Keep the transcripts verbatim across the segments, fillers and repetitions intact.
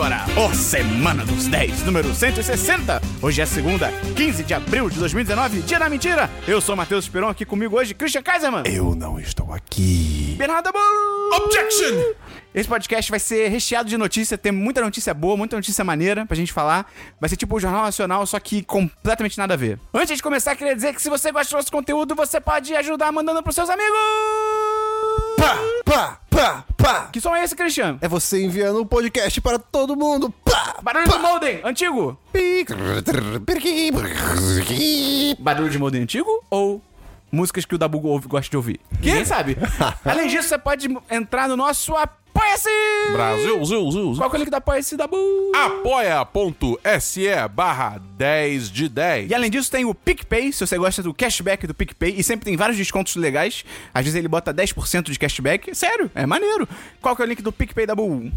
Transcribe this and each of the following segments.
agora o Semana dos dez, número cento e sessenta. Hoje é segunda, quinze de abril de dois mil e dezenove, dia da mentira. Eu sou o Matheus Esperon, aqui comigo hoje, Christian Kaiserman. Eu não estou aqui. Bernardo Dabu. Objection! Esse podcast vai ser recheado de notícia, tem muita notícia boa, muita notícia maneira pra gente falar. Vai ser tipo o Jornal Nacional, só que completamente nada a ver. Antes de começar, queria dizer que se você gosta do nosso conteúdo, você pode ajudar mandando pros seus amigos. Pá, pá, pá, pá. Que som é esse, Christian? É você enviando o podcast para todo mundo. Pá, Barulho do modem, antigo. Barulho de modem antigo ou músicas que o Dabu ouve, gosta de ouvir? Quem sabe? Além disso, você pode entrar no nosso Apoia-se! Brasil, zil, zil, zil. Qual que é o link do Apoia-se, Dabu? Apoia.se barra dez de dez. E além disso, tem o PicPay, se você gosta do cashback do PicPay, e sempre tem vários descontos legais. Às vezes ele bota dez por cento de cashback. Sério, é maneiro. Qual que é o link do PicPay, Dabu?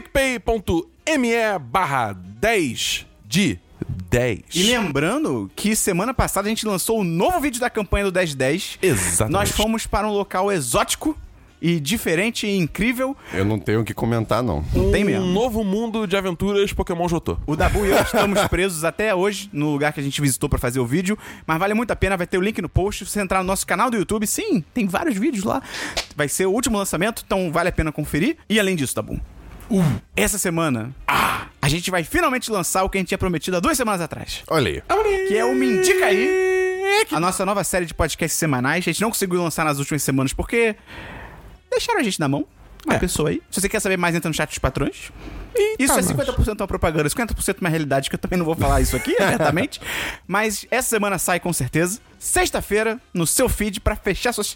PicPay.me barra dez de dez. E lembrando que semana passada a gente lançou o novo vídeo da campanha do dez de dez. Exatamente. Nós fomos para um local exótico e diferente e incrível. Eu não tenho o que comentar, não. Não tem mesmo. Um novo mundo de aventuras Pokémon Jotô. O Dabu e eu estamos presos até hoje no lugar que a gente visitou pra fazer o vídeo, mas vale muito a pena, vai ter o link no post. Se você entrar no nosso canal do YouTube, sim, tem vários vídeos lá. Vai ser o último lançamento, então vale a pena conferir. E além disso, Dabu, uh, essa semana, ah, a gente vai finalmente lançar o que a gente tinha prometido há duas semanas atrás. Olha aí. Que é o Me Indica Aí, a nossa nova série de podcasts semanais. A gente não conseguiu lançar nas últimas semanas porque deixaram a gente na mão. Uma É. pessoa aí. Se você quer saber mais, entra no chat dos patrões. E Isso tá, é cinquenta por cento uma propaganda, cinquenta por cento uma realidade, que eu também não vou falar isso aqui, abertamente. Mas essa semana sai com certeza. Sexta-feira, no seu feed, pra fechar sua...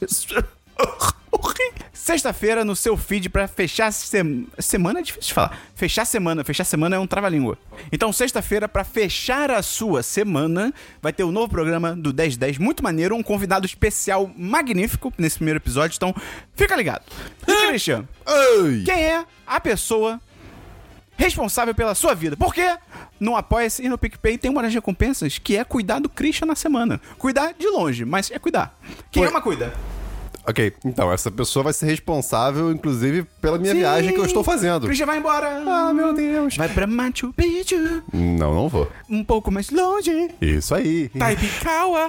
Sexta-feira, no seu feed, pra fechar sem... semana, é difícil de falar. Fechar semana, fechar semana é um trava-língua. Então, sexta-feira, pra fechar a sua semana, vai ter o um novo programa do dez de dez, muito maneiro, um convidado especial magnífico nesse primeiro episódio. Então, fica ligado. E, Christian, Oi. quem é a pessoa responsável pela sua vida? Porque no Apoia-se e no PicPay tem uma das recompensas que é cuidar do Christian na semana. Cuidar de longe, mas é cuidar. Quem Foi. ama, cuida. Ok, então essa pessoa vai ser responsável, inclusive, pela minha Sim. viagem que eu estou fazendo. Christian vai embora. Ah, meu Deus. Vai pra Machu Picchu, Não, não vou. um pouco mais longe. Isso aí. Taipikawa.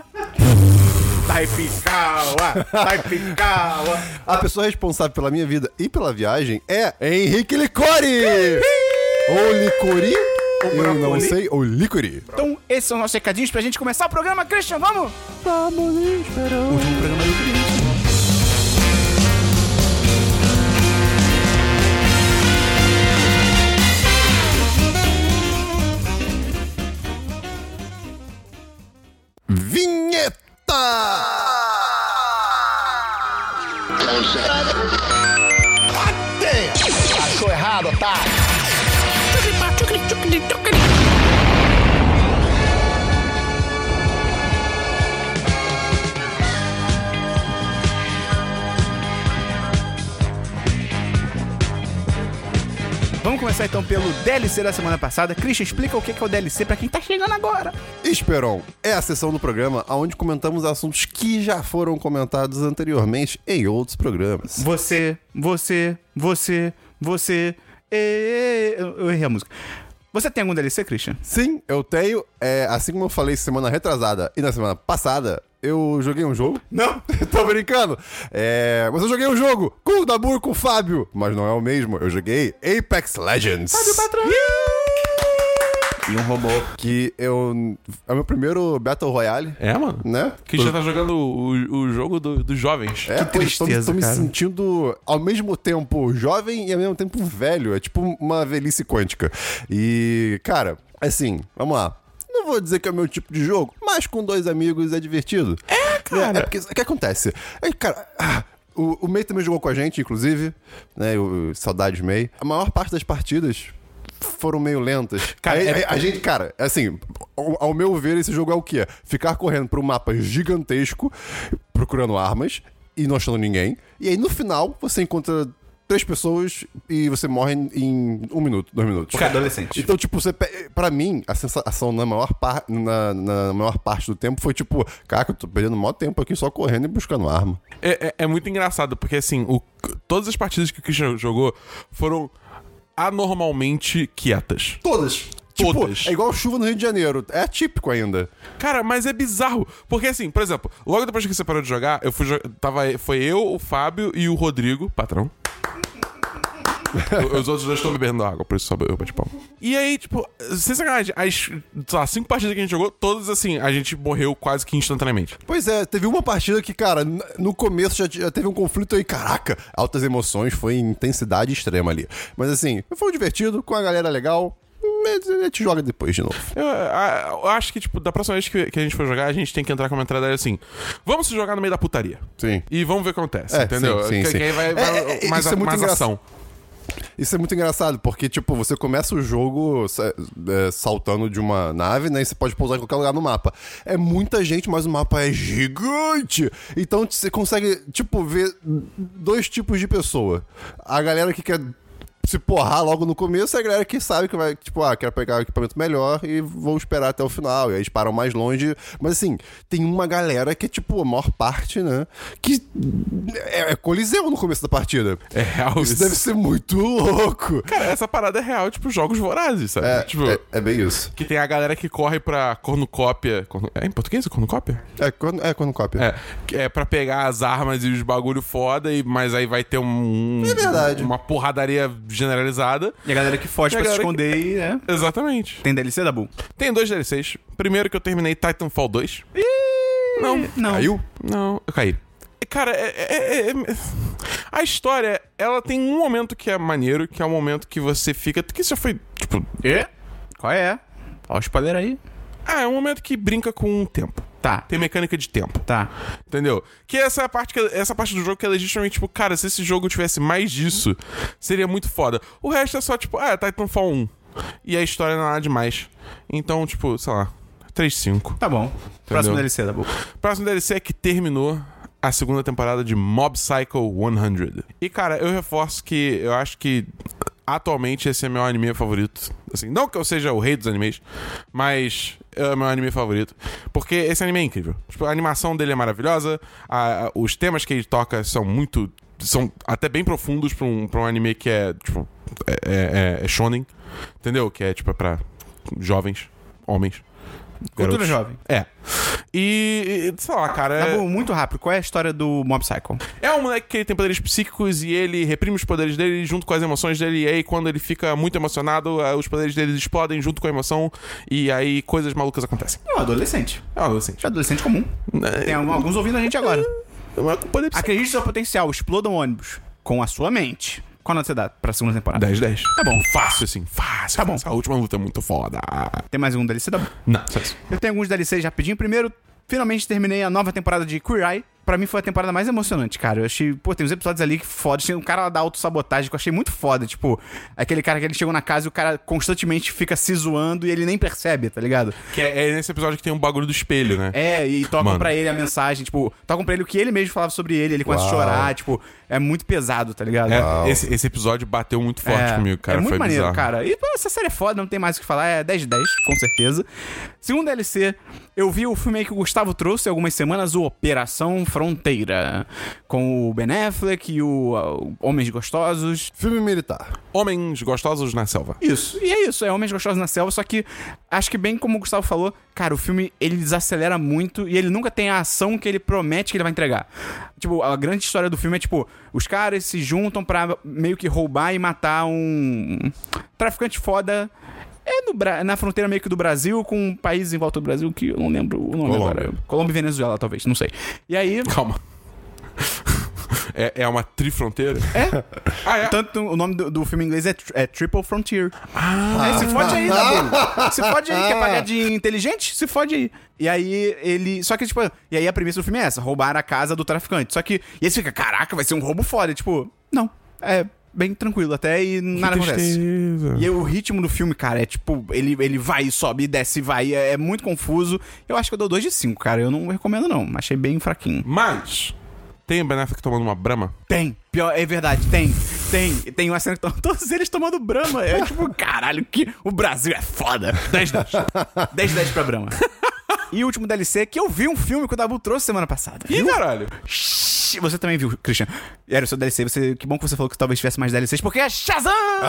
Taipikawa, Taipikawa. A pessoa responsável pela minha vida e pela viagem é Henrique Licori! Ou Licori? Eu não Brocoli? sei. Ou Licori. Então, esses são os nossos recadinhos pra gente começar o programa. Christian, vamos? Vamos, esperando. O último programa do Christian. Vinheta! Achou errado, tá? Vamos começar então pelo D L C da semana passada. Christian, explica o que é o D L C pra quem tá chegando agora. Esperon é a sessão do programa onde comentamos assuntos que já foram comentados anteriormente em outros programas. Você, você, você, você... e- Eu, eu errei a música. Você tem algum D L C, Christian? Sim, eu tenho. É, assim como eu falei semana retrasada e na semana passada, eu joguei um jogo. Não. Tô brincando. É, mas eu joguei um jogo com o Dabu e com o Fábio. Mas não é o mesmo. Eu joguei Apex Legends. Fábio Patrão. E um robô. Que eu... É o meu primeiro Battle Royale, É, mano. né? Que já tá jogando o, o jogo do- dos jovens. É, Que pois, tô, tristeza, tô me cara. sentindo ao mesmo tempo jovem e ao mesmo tempo velho. É tipo uma velhice quântica. E, cara, assim, vamos lá. Não vou dizer que é o meu tipo de jogo, mas com dois amigos é divertido. É, cara. É, porque o que acontece? É, cara, ah, o, o May também jogou com a gente, inclusive, né? O, o Saudades May. A maior parte das partidas foram meio lentas. Cara, Aí, é- aí, a gente, cara, assim, ao, ao meu ver, esse jogo é o quê? Ficar correndo por um mapa gigantesco, procurando armas e não achando ninguém. E aí, no final, você encontra três pessoas e você morre em um minuto, dois minutos. Porque é adolescente. Então, tipo, você, pe- pra mim, a sensação na maior, par, na, na maior parte do tempo foi tipo, cara, eu tô perdendo o maior tempo aqui só correndo e buscando arma. É, é, é muito engraçado, porque assim, o, todas as partidas que o Christian jogou foram anormalmente quietas. Todas. Todas. Tipo, é igual chuva no Rio de Janeiro. É atípico ainda. Cara, mas é bizarro. Porque assim, por exemplo, logo depois que você parou de jogar, eu fui jo- tava, foi eu, o Fábio e o Rodrigo, patrão. Os outros dois estão bebendo água, por isso só eu bati palma. E aí, tipo, sem sacanagem, as, sei lá, cinco partidas que a gente jogou, todas assim, a gente morreu quase que instantaneamente. Pois é, teve uma partida que, cara, n- no começo já, já teve um conflito aí, caraca, altas emoções, foi intensidade extrema ali. Mas assim, foi divertido, com a galera legal, mas a gente joga depois de novo. Eu, a- eu acho que, tipo, da próxima vez que, que a gente for jogar, a gente tem que entrar com uma entrada assim: vamos se jogar no meio da putaria. Sim. E vamos ver o que acontece, É, entendeu? sim, sim, que, sim. que aí vai, vai É, é, mais, isso é muito mais engraçado. ação. Isso é muito engraçado, porque, tipo, você começa o jogo sa- é, saltando de uma nave, né? E você pode pousar em qualquer lugar no mapa. É muita gente, mas o mapa é gigante. Então você consegue, tipo, ver dois tipos de pessoa. A galera que quer se porrar logo no começo, e a galera que sabe que vai, tipo, ah, quero pegar o equipamento melhor e vou esperar até o final. E aí eles param mais longe. Mas assim, tem uma galera que é, tipo, a maior parte, né? Que é, é coliseu no começo da partida. É real Isso isso. deve ser muito louco. Cara, essa parada é real, tipo, jogos vorazes, sabe? É, tipo, é, é bem isso. que tem a galera que corre pra cornucópia. Cornu... É em português? Cornucópia? É quando, é quando cópia. É, que é pra pegar as armas e os bagulho foda, e, mas aí vai ter um, É verdade. uma porradaria generalizada. E a galera que foge E a pra se galera que- esconder e, né? Exatamente. Tem D L C, Dabu? Tem dois D L Cs. Primeiro que eu terminei Titanfall dois. Não, Não. Caiu? não, eu caí. Cara, é, é- é- é- a história, ela tem um momento que é maneiro, que é o momento que você fica... Que isso já foi, tipo... E? Qual é? Olha o spoiler aí. Ah, é um momento que brinca com o tempo. Tá, Tem mecânica de tempo. tá. Entendeu? Que essa é a parte, que, essa parte do jogo que é legitimamente, tipo, cara, se esse jogo tivesse mais disso, seria muito foda. O resto é só, tipo, ah, é Titanfall um. E a história não é nada demais. Então, tipo, sei lá, três cinco. Tá bom. Próximo D L C, Dabu. Próximo D L C é que terminou a segunda temporada de Mob Psycho cem. E, cara, eu reforço que eu acho que atualmente esse é meu anime favorito. Assim, não que eu seja o rei dos animes, mas é meu anime favorito. Porque esse anime é incrível. Tipo, a animação dele é maravilhosa, a- a- os temas que ele toca são muito... São até bem profundos pra um, pra um anime que é, tipo... É, é, é shonen, entendeu? Que é, tipo, é pra jovens, homens. Cultura garotos. jovem. É. E, e, sei lá, cara... é- Dabu, muito rápido. Qual é a história do Mob Psycho? é um moleque que ele tem poderes psíquicos e ele reprime os poderes dele junto com as emoções dele. E aí, quando ele fica muito emocionado, eh, os poderes dele explodem junto com a emoção. E aí, coisas malucas acontecem. É um adolescente. É um adolescente. É um adolescente comum. Tem algum- alguns ouvindo a gente agora. É um poder psíquico. Acredite no seu potencial. Exploda um ônibus. Com a sua mente. Qual nota você dá pra segunda temporada? dez dez. Tá bom. Fácil, assim. Fácil. Tá bom. A última luta é muito foda. Tem mais um D L C, Dabu? Não, só isso. Eu tenho alguns D L Cs rapidinho. Primeiro, finalmente terminei a nova temporada de Queer Eye. Pra mim foi a temporada mais emocionante, cara. Eu achei... Pô, tem uns episódios ali que foda. Tem um cara lá da autossabotagem que eu achei muito foda. Tipo, aquele cara que ele chegou na casa e o cara constantemente fica se zoando e ele nem percebe, tá ligado? Que é, é nesse episódio que tem um bagulho do espelho, né? É, e tocam Mano. pra ele a mensagem, tipo... Tocam pra ele o que ele mesmo falava sobre ele. Ele começa a Uau. chorar, tipo... É muito pesado, tá ligado? É, esse, esse episódio bateu muito forte É, comigo, cara. É muito Foi maneiro, bizarro. cara. E pô, essa série é foda, não tem mais o que falar. É dez de dez, com certeza. Segundo D L C, eu vi o filme aí que o Gustavo trouxe há algumas semanas, o Operação Fronteira. Com o Ben Affleck e o, uh, Homens Gostosos. Filme militar. Homens gostosos na selva. Isso. E é isso, é Homens Gostosos na Selva, só que acho que bem como o Gustavo falou, cara, o filme, ele desacelera muito e ele nunca tem a ação que ele promete que ele vai entregar. Tipo, a grande história do filme é, tipo, os caras se juntam pra meio que roubar e matar um traficante foda... É no Bra- na fronteira meio que do Brasil, com um país em volta do Brasil que eu não lembro o nome Colômbia. agora. Colômbia e Venezuela, talvez, não sei. E aí... Calma. É, é uma trifronteira? É. Ah, é? Tanto o nome do, do filme em inglês é, tr- é Triple Frontier. Ah. É, se fode aí, Dabu. Se fode aí, quer pagar de inteligente? Se fode aí. E aí ele... Só que, tipo... E aí a premissa do filme é essa. Roubar a casa do traficante. Só que... E aí você fica, caraca, vai ser um roubo foda. E, tipo, não. É bem tranquilo até e nada acontece. tristeza. E aí, o ritmo do filme, cara, é tipo... Ele, ele vai, sobe, desce, vai. É, é muito confuso. Eu acho que eu dou dois de cinco, cara. Eu não recomendo, não. Achei bem fraquinho. Mas, tem o Ben Affleck tomando uma brama? Tem. Pior, é verdade, tem. Tem. Tem uma cena que estão todos eles tomando Brahma. É tipo, caralho, que o Brasil é foda. dez dez. dez dez pra Brahma. E o último D L C, que eu vi um filme que o Dabu trouxe semana passada. Ih, caralho. dez! Você também viu, Christian. Era o seu D L C. Você... Que bom que você falou que talvez tivesse mais D L Cs, porque é Shazam!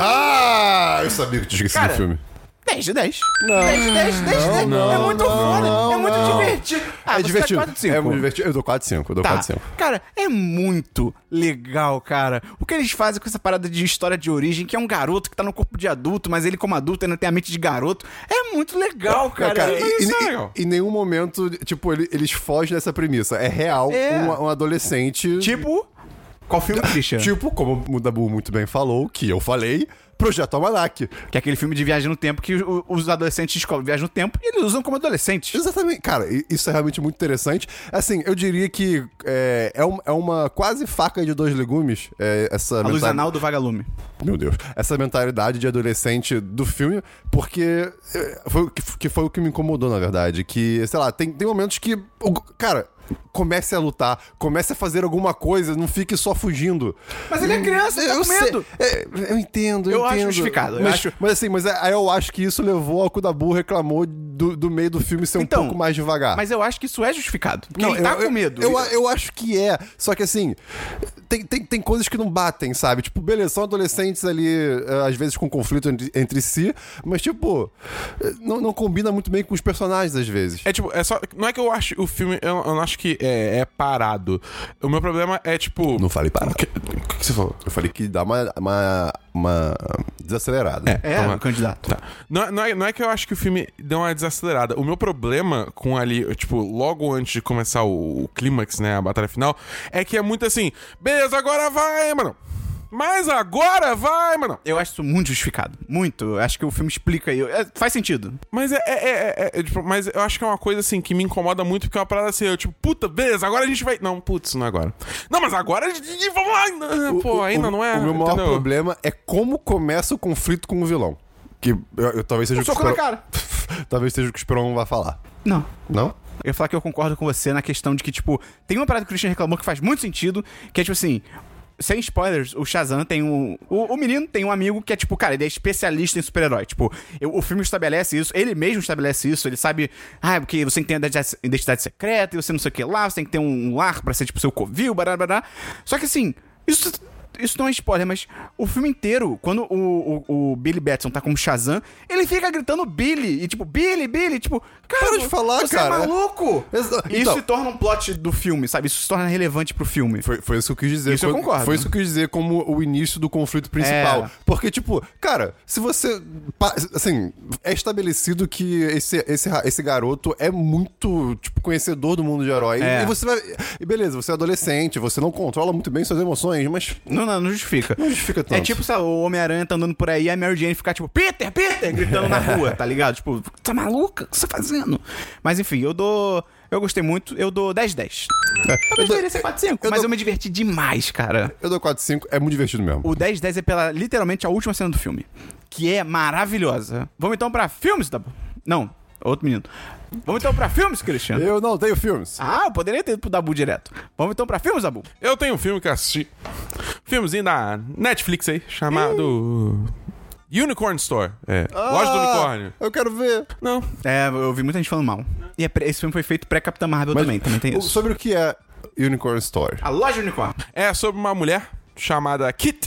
Ah, eu sabia que tinha esquecido Cara, do filme. dez de dez. Não. dez de dez, dez de dez. Não, É muito não, foda. não, é muito não. divertido. Ah, É você divertido. Dá quatro de cinco. É muito divertido. Eu dou quatro de cinco. Eu dou Tá. quatro de cinco. Cara, é muito legal, cara. O que eles fazem com essa parada de história de origem, que é um garoto que tá no corpo de adulto, mas ele como adulto ainda tem a mente de garoto. É muito legal, cara. Cara, É- e- isso é e- legal. Em nenhum momento, tipo, ele- eles fogem dessa premissa. É real É. Um, um adolescente. Tipo... Qual filme, Christian? Tipo, como o Dabu muito bem falou, que eu falei, Projeto Almanac. Que é aquele filme de viagem no tempo que o- os adolescentes descobrem viagem no tempo e eles usam como adolescentes. Exatamente. Cara, i- isso é realmente muito interessante. Assim, eu diria que é, é, um- é uma quase faca de dois legumes. É, essa A luz mentalidade- anal do vagalume. Meu Deus. Essa mentalidade de adolescente do filme, porque é, foi, o que, que foi o que me incomodou, na verdade. Que, sei lá, tem, tem momentos que. o- Cara, comece a lutar, comece a fazer alguma coisa, não fique só fugindo. Mas ele é criança, ele tá eu com sei. medo. É, eu entendo, eu, Eu acho entendo. justificado, eu Mas, acho- mas assim, mas aí eu acho que isso levou ao que o Dabu reclamou do, do meio do filme ser um Então, pouco mais devagar. Mas eu acho que isso é justificado. Porque Não, ele tá eu, com eu- medo. Eu, eu acho que é. Só que assim, tem, tem, tem coisas que não batem, sabe? Tipo, beleza, são adolescentes ali, eh, às vezes com conflito entre, entre si, mas tipo, eh, não, não combina muito bem com os personagens, às vezes. É tipo, é só. Não é que eu acho o filme. Eu, eu não acho que é, é parado. O meu problema é tipo. Não falei parado. O que, o que você falou? Eu falei que dá uma, uma, uma desacelerada. É. É, Toma. o candidato. Tá. Não, é- não, é, não é que eu acho que o filme deu uma desacelerada. O meu problema com ali, tipo, logo antes de começar o, o clímax, né, a batalha final, é que é muito assim, beleza, agora vai, mano. Mas agora vai, mano. Eu acho isso muito justificado. Muito. Eu acho que o filme explica aí. É, faz sentido. Mas é, é, é- é- é, tipo, mas eu acho que é uma coisa assim que me incomoda muito, porque é uma parada assim, eu, tipo, puta, beleza, agora a gente vai. Não, putz, não é agora. Não, mas agora a gente. Vamos lá! Não, Pô, ainda o, não é. O meu maior entendeu? problema é como começa o conflito com o vilão. Que eu, eu- talvez seja Um o que o soco na Esperon- cara. Talvez seja o que o Esperon vai falar. Não. Não? Eu ia falar que eu concordo com você na questão de que, tipo, tem uma parada que o Christian reclamou que faz muito sentido, que é tipo assim. Sem spoilers, o Shazam tem um. O, o menino tem um amigo que é tipo, cara, ele é especialista em super-herói. Tipo, eu- o filme estabelece isso, ele mesmo estabelece isso, ele sabe. Ah, porque você tem que ter identidade, identidade secreta e você não sei o que lá, você tem que ter um lar pra ser tipo seu covil, bará, bará. Só que assim, isso. Isso não é spoiler, mas o filme inteiro, quando o, o, o Billy Batson tá como Shazam, ele fica gritando Billy. E tipo, Billy, Billy, tipo, cara, Para de falar, você cara. é maluco? Exa- Isso então- se torna um plot do filme, sabe? Isso se torna relevante pro filme. Foi, foi isso que eu quis dizer. Isso eu foi, concordo. Foi isso que eu quis dizer como o início do conflito principal. É. Porque, tipo, cara, se você. pa- Assim, é estabelecido que esse, esse, ra- esse garoto é muito, tipo, conhecedor do mundo de herói. É. E você vai. E beleza, você é adolescente, você não controla muito bem suas emoções, mas Não, não, não justifica. não justifica tanto. É tipo, sabe, o Homem-Aranha tá andando por aí e a Mary Jane ficar tipo, Peter, Peter, gritando na rua, tá ligado? Tipo, tá maluca? O que você tá fazendo? Mas enfim, eu dou. Eu gostei muito, eu dou dez de dez. É, Talvez eu, dou, deveria ser quatro de cinco, eu mas dou- eu me diverti demais, cara. eu dou quatro de cinco, é muito divertido mesmo. O dez de dez é pela, literalmente, a última cena do filme. Que é maravilhosa. Vamos então pra filmes, Dabu? Não, outro menino. Vamos então pra filmes, Cristiano? Eu não tenho filmes. Ah, eu poderia ter ido pro Dabu direto. Vamos então pra filmes, Dabu? Eu tenho um filme que eu assisti. Filmezinho da Netflix aí, chamado. Unicorn Store. É. Loja do Unicórnio. Eu quero ver. Não. É, eu vi muita gente falando mal. E é pré- esse filme foi feito pré-Capitã Marvel também, também tem O- isso. Sobre o que é Unicorn Story? A loja do unicórnio. É sobre uma mulher chamada Kit.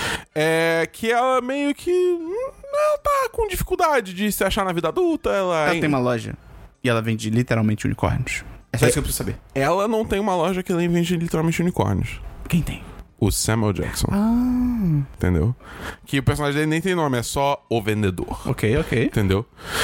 É, que ela meio que. hum, Ela tá com dificuldade de se achar na vida adulta. Ela, Ela tem uma loja e ela vende literalmente unicórnios. É só isso que eu preciso saber. ela não tem uma loja que ela vende literalmente unicórnios. Quem tem? O Samuel Jackson. Ah. Entendeu? Que o personagem dele nem tem nome, é só o vendedor. Ok, ok. Entendeu?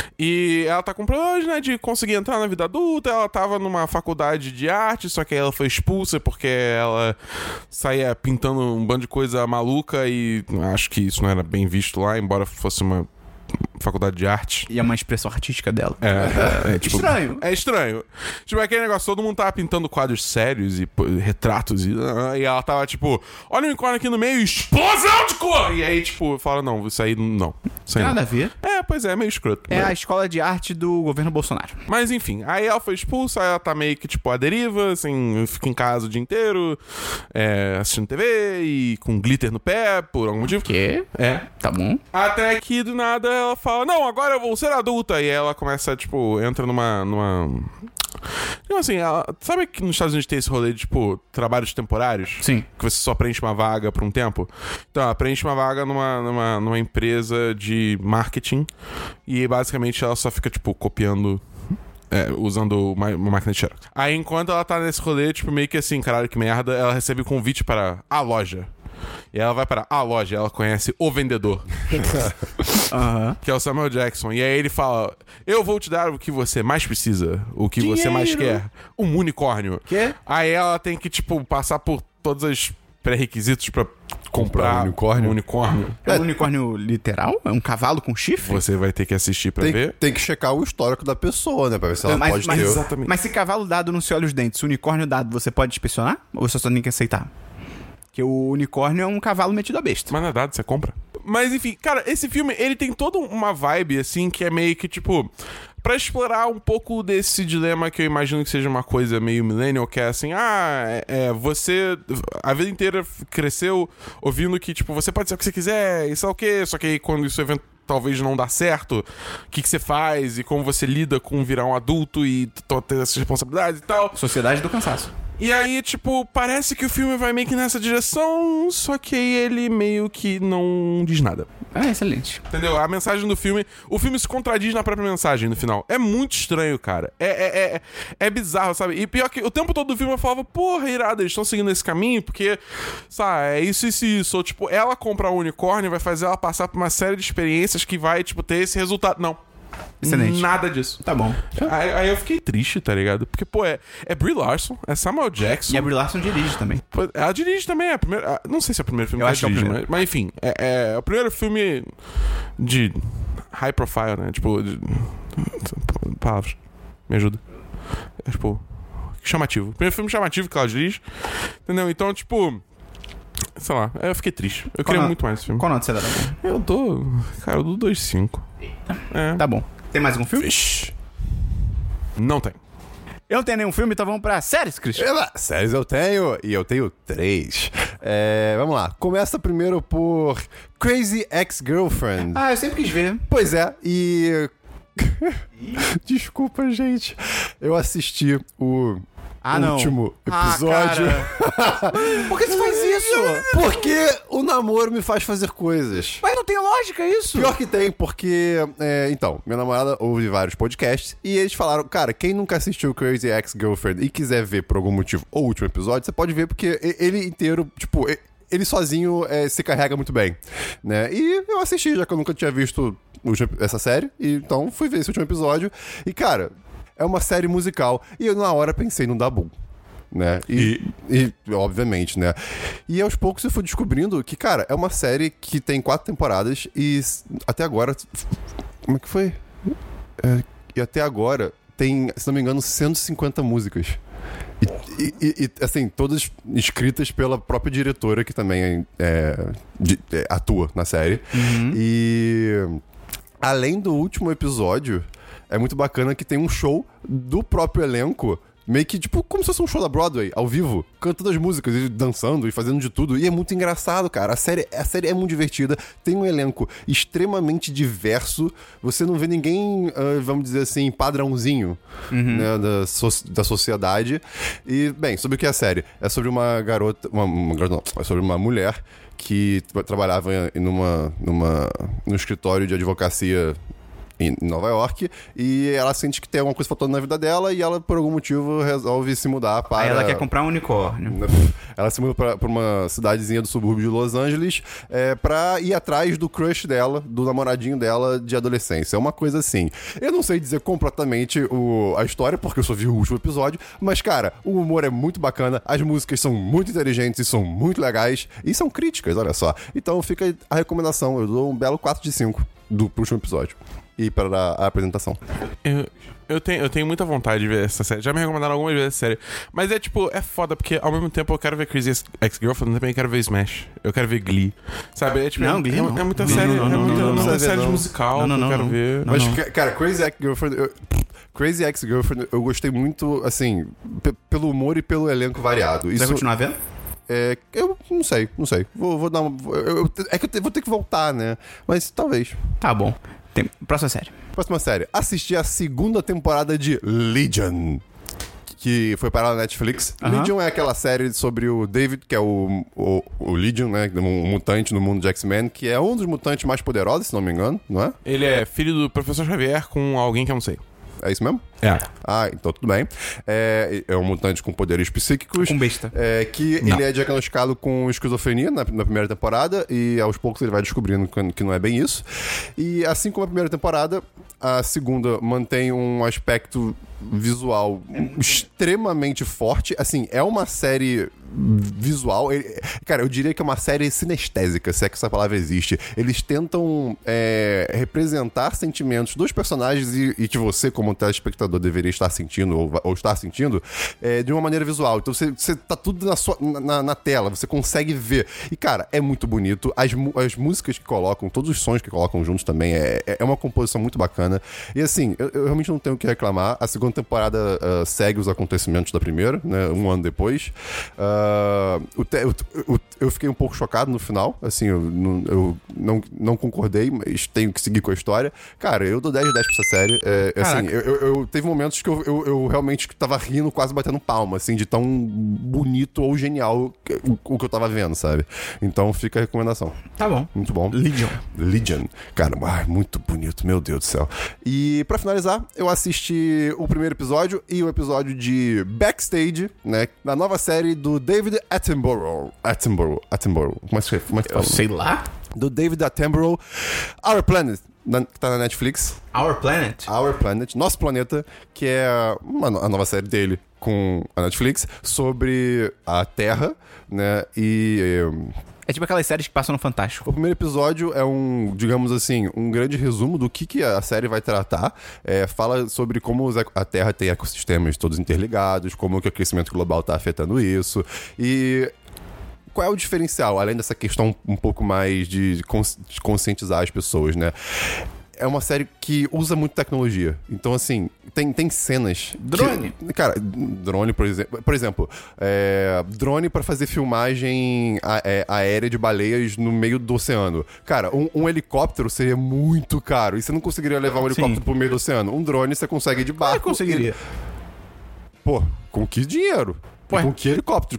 E ela tá com problemas, né, de conseguir entrar na vida adulta. Ela tava numa faculdade de arte, só que aí ela foi expulsa porque ela saía pintando um bando de coisa maluca e acho que isso não era bem visto lá, embora fosse uma faculdade de arte. E é uma expressão artística dela. É, é, é, tipo, Estranho. É estranho. Tipo, aquele negócio, todo mundo tava pintando quadros sérios e pô, retratos e, e ela tava tipo, olha o unicórnio aqui no meio, explosão de cor! E aí, tipo, fala, não, isso aí não. Isso aí Tem nada a não. ver. É, pois é, é meio escroto. É Mas- a escola de arte do governo Bolsonaro. Mas enfim, aí ela foi expulsa, aí ela tá meio que, tipo, à deriva, assim, fica em casa o dia inteiro, é, assistindo T V e com glitter no pé, por algum motivo. Quê? É. Tá bom. Até que, do nada, ela fala, não, agora eu vou ser adulta. E ela começa, tipo, entra numa... numa... Então, assim, ela, sabe que nos Estados Unidos tem esse rolê de, tipo, trabalhos temporários? Sim. Que você só preenche uma vaga por um tempo? Então, ela preenche uma vaga numa, numa, numa empresa de marketing e, basicamente, ela só fica, tipo, copiando... É, usando uma, uma máquina de xerox. Aí, enquanto ela tá nesse rolê, tipo, meio que assim, caralho, que merda, ela recebe um convite para a loja. E ela vai para a loja, ela conhece o vendedor. Uhum. Que é o Samuel Jackson. E aí ele fala, eu vou te dar o que você mais precisa, o que Dinheiro. você mais quer. Um unicórnio. Quê? Aí ela tem que, tipo, passar por todos os pré-requisitos pra comprar um unicórnio. um unicórnio. É um unicórnio literal? É um cavalo com chifre? Você vai ter que assistir pra Tem, ver. tem que checar o histórico da pessoa, né? Pra ver se ela mas, pode mas, ter... Exatamente. mas se cavalo dado não se olha os dentes, unicórnio dado, você pode inspecionar? Ou você só tem que aceitar? Porque o unicórnio é um cavalo metido a besta. Mas não é dado, você compra. Mas enfim, cara, esse filme, ele tem toda uma vibe, assim, que é meio que, tipo... Pra explorar um pouco desse dilema que eu imagino que seja uma coisa meio millennial, que é assim, ah, é, é, você a vida inteira cresceu ouvindo que, tipo, você pode ser o que você quiser, e sei lá o quê, só que aí quando isso evento talvez não dá certo, o que, que você faz e como você lida com virar um adulto e ter essas responsabilidades e tal. Sociedade do cansaço. E aí, tipo, parece que o filme vai meio que nessa direção, só que aí ele meio que não diz nada. Ah, excelente. Entendeu? A mensagem do filme... O filme se contradiz na própria mensagem no final. É muito estranho, cara. É, é, é, é bizarro, sabe? E pior que o tempo todo do filme eu falava, porra, irado, eles estão seguindo esse caminho porque, sabe, é isso, isso e isso. Ou, tipo, ela comprar um unicórnio vai fazer ela passar por uma série de experiências que vai, tipo, ter esse resultado. Não. Excelente. Nada disso. Tá bom. Aí, aí eu fiquei triste, tá ligado? Porque, pô, é, é Brie Larson, é Samuel Jackson. E a Brie Larson dirige também. Pô, ela dirige também, é a primeira. Não sei se é o primeiro filme Eu que acho ela que é o dirige, primeiro. mas, mas enfim, é, é o primeiro filme de high profile, né? Tipo, de, palavras, me ajuda. É, tipo, chamativo. Primeiro filme chamativo que ela dirige, entendeu? Então, tipo, sei lá, eu fiquei triste. Eu Qual queria não? muito mais esse filme. Qual nota você dá? Eu dou, cara, eu dou dois vírgula cinco. É. Tá bom. Tem mais algum filme? Vixe. Não tem. Eu não tenho nenhum filme, então vamos pra séries, Christian. Eba, séries eu tenho, e eu tenho três. É, vamos lá. Começa primeiro por Crazy Ex-Girlfriend. Ah, eu sempre quis ver. Pois é, e... Desculpa, gente. Eu assisti o Ah, não. último episódio. Ah, cara. Por que você faz isso? Porque o namoro me faz fazer coisas. Mas não tem lógica isso. Pior que tem, porque... é, então, minha namorada ouve vários podcasts e eles falaram, cara, quem nunca assistiu Crazy Ex-Girlfriend e quiser ver por algum motivo o último episódio, você pode ver porque e- ele inteiro, tipo... e- ele sozinho é, se carrega muito bem, né? E eu assisti, já que eu nunca tinha visto o último- essa série, e então fui ver esse último episódio. E, cara, é uma série musical. E eu, na hora, pensei no Dabu, né? E, e, obviamente, né? E aos poucos eu fui descobrindo que, cara, é uma série que tem quatro temporadas e s- até agora... Como é que foi? É, e até agora tem, se não me engano, cento e cinquenta músicas. E, e- e, assim, todas escritas pela própria diretora que também é, de- é, atua na série. E além do último episódio, é muito bacana que tem um show do próprio elenco. Meio que, tipo, como se fosse um show da Broadway, ao vivo, cantando as músicas e dançando e fazendo de tudo. E é muito engraçado, cara. A série, a série é muito divertida. Tem um elenco extremamente diverso. Você não vê ninguém, ah, vamos dizer assim, padrãozinho, né, da, so- da sociedade. E, bem, sobre o que é a série? É sobre uma garota... Uma, uma garota não, é sobre uma mulher que tra- trabalhava em numa, numa, num escritório de advocacia em Nova York, e ela sente que tem alguma coisa faltando na vida dela e ela, por algum motivo, resolve se mudar para... Aí ela quer comprar um unicórnio. Ela se muda pra, pra uma cidadezinha do subúrbio de Los Angeles é, pra ir atrás do crush dela, do namoradinho dela de adolescência. É uma coisa assim. Eu não sei dizer completamente o, a história, porque eu só vi o último episódio, mas, cara, o humor é muito bacana, as músicas são muito inteligentes e são muito legais, e são críticas, olha só. Então fica a recomendação, eu dou um belo quatro de cinco do pro último episódio. E para a, a apresentação. Eu, eu, tenho, eu tenho muita vontade de ver essa série. Já me recomendaram algumas vezes essa série. Mas é tipo, é foda, porque ao mesmo tempo eu quero ver Crazy Ex-Girlfriend, também quero ver Smash. Eu quero ver Glee. Sabe? É, tipo, Não, é, Glee é, não. é muita Glee série, não, não, é não, muita, não, não, muita não. série Não, musical não, não, que eu quero não. ver. Não, Mas, não. ca- cara, Crazy Ex-Girlfriend... eu- Crazy Ex-Girlfriend, eu gostei muito, assim, pe- pelo humor e pelo elenco variado. Vai Isso, continuar vendo? é, eu não sei, não sei. Vou, vou dar uma... eu- eu- é que eu te- vou ter que voltar, né? Mas talvez. Tá bom. Tem... Próxima série. Próxima série. Assisti a segunda temporada de Legion, que foi para a Netflix. Aham. Legion é aquela série sobre o David, que é o, o, o Legion, né? Um mutante no mundo de X-Men, que é um dos mutantes mais poderosos, se não me engano, não é? Ele é filho do professor Xavier com alguém que eu não sei. É isso mesmo? É. Ah, então tudo bem. É, é um mutante com poderes psíquicos. Com besta. É, que Não. ele é diagnosticado com esquizofrenia na, na primeira temporada e aos poucos ele vai descobrindo que, que não é bem isso. E assim como a primeira temporada, a segunda mantém um aspecto visual extremamente forte. Assim, é uma série visual. Ele- cara, eu diria que é uma série sinestésica, se é que essa palavra existe. Eles tentam é, representar sentimentos dos personagens e, e que você, como telespectador, deveria estar sentindo ou, ou estar sentindo é, de uma maneira visual. Então você, você tá tudo na, sua, na, na tela, você consegue ver. E, cara, é muito bonito. As, mu- as músicas que colocam, todos os sons que colocam juntos também, é, é uma composição muito bacana. E assim, eu, eu realmente não tenho o que reclamar. A segunda temporada ah, segue os acontecimentos da primeira, né? Um ano depois. Ah, o te- o- o- eu fiquei um pouco chocado no final. Assim, eu, não, eu não, não concordei, mas tenho que seguir com a história. Cara, eu dou dez de dez pra essa série. É, assim, eu, eu- eu- teve momentos que eu, eu, eu realmente tava rindo, quase batendo palma, assim, de tão bonito ou genial que- o, o que eu tava vendo, sabe? Então fica a recomendação. Tá bom. Muito bom. Legion. Legion. Cara, ai, muito bonito, meu Deus do céu. E pra finalizar, eu assisti o primeiro episódio e o episódio de Backstage, né? Da nova série do David Attenborough. Attenborough. Attenborough. Como é que, como é que Eu fala? sei lá. Do David Attenborough. Our Planet, na- que tá na Netflix. Our Planet. Our Planet, Nosso Planeta, que é uma, no- a nova série dele com a Netflix sobre a Terra, né? E... eh, É tipo aquelas séries que passam no Fantástico. O primeiro episódio é um, digamos assim, um grande resumo do que, que a série vai tratar. É, fala sobre como os eco- a Terra tem ecossistemas todos interligados, como que o aquecimento global está afetando isso. E qual é o diferencial, além dessa questão um pouco mais de, cons- de conscientizar as pessoas, né? É uma série que usa muito tecnologia. Então, assim, tem, tem cenas... que- Drone. cara, drone, por exemplo... Por exemplo, é, drone pra fazer filmagem a- é, aérea de baleias no meio do oceano. Cara, um, um helicóptero seria muito caro. E você não conseguiria levar um helicóptero Sim. pro meio do oceano. Um drone você consegue ir de barco. Eu conseguiria. E- Pô, com que dinheiro? Ué. Com que helicóptero?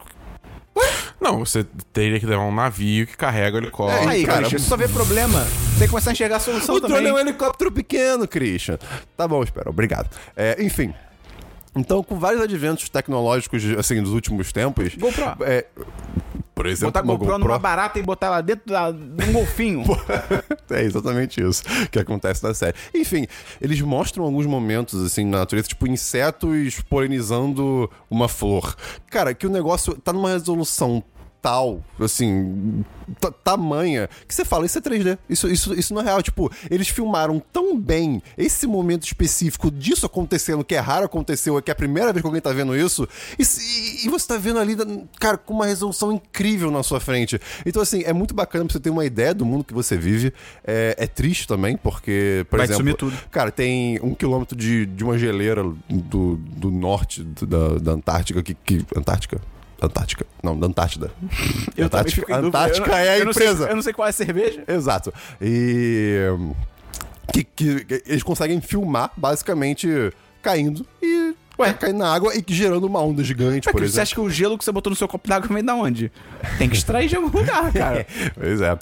Não, você teria que levar um navio que carrega o helicóptero. É, Aí, cara, Christian, você só vê problema. Tem que começar a enxergar a solução O também. drone é um helicóptero pequeno, Christian. Tá bom, espera. Obrigado. É, enfim. Então, com vários adventos tecnológicos, assim, dos últimos tempos... GoPro. É, por exemplo, Botar uma GoPro numa barata e botar lá dentro da, de um golfinho. É exatamente isso que acontece na série. Enfim, eles mostram alguns momentos, assim, na natureza, tipo insetos polinizando uma flor. Cara, que o negócio tá numa resolução tal, assim, ta- tamanha, que você fala, isso é três D, isso, isso, isso não é real. Tipo, eles filmaram tão bem esse momento específico disso acontecendo, que é raro aconteceu, é que é a primeira vez que alguém tá vendo isso, e, se- e você tá vendo ali, cara, com uma resolução incrível na sua frente. Então, assim, é muito bacana pra você ter uma ideia do mundo que você vive. É, é triste também, porque, por Vai exemplo... sumir tudo. Cara, tem um quilômetro de, de uma geleira do, do norte da, da Antártica, que, que... Antártica? Antártica. Não, da Antártida. Eu também Antártica, fico em dúvida. Antártica Eu não- é a eu não sei- empresa. eu não sei qual é a cerveja. Exato. E... Que, que, que eles conseguem filmar, basicamente, caindo e... Ué, caindo na água e gerando uma onda gigante, Ué, por Christian, você exemplo. acha que o gelo que você botou no seu copo d'água vem da onde? Tem que extrair de algum lugar, cara. Pois é.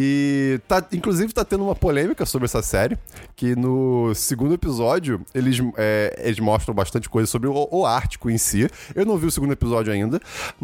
E tá, inclusive tá tendo uma polêmica sobre essa série, que no segundo episódio eles, é, eles mostram bastante coisa sobre o, o Ártico em si. Eu não vi o segundo episódio ainda,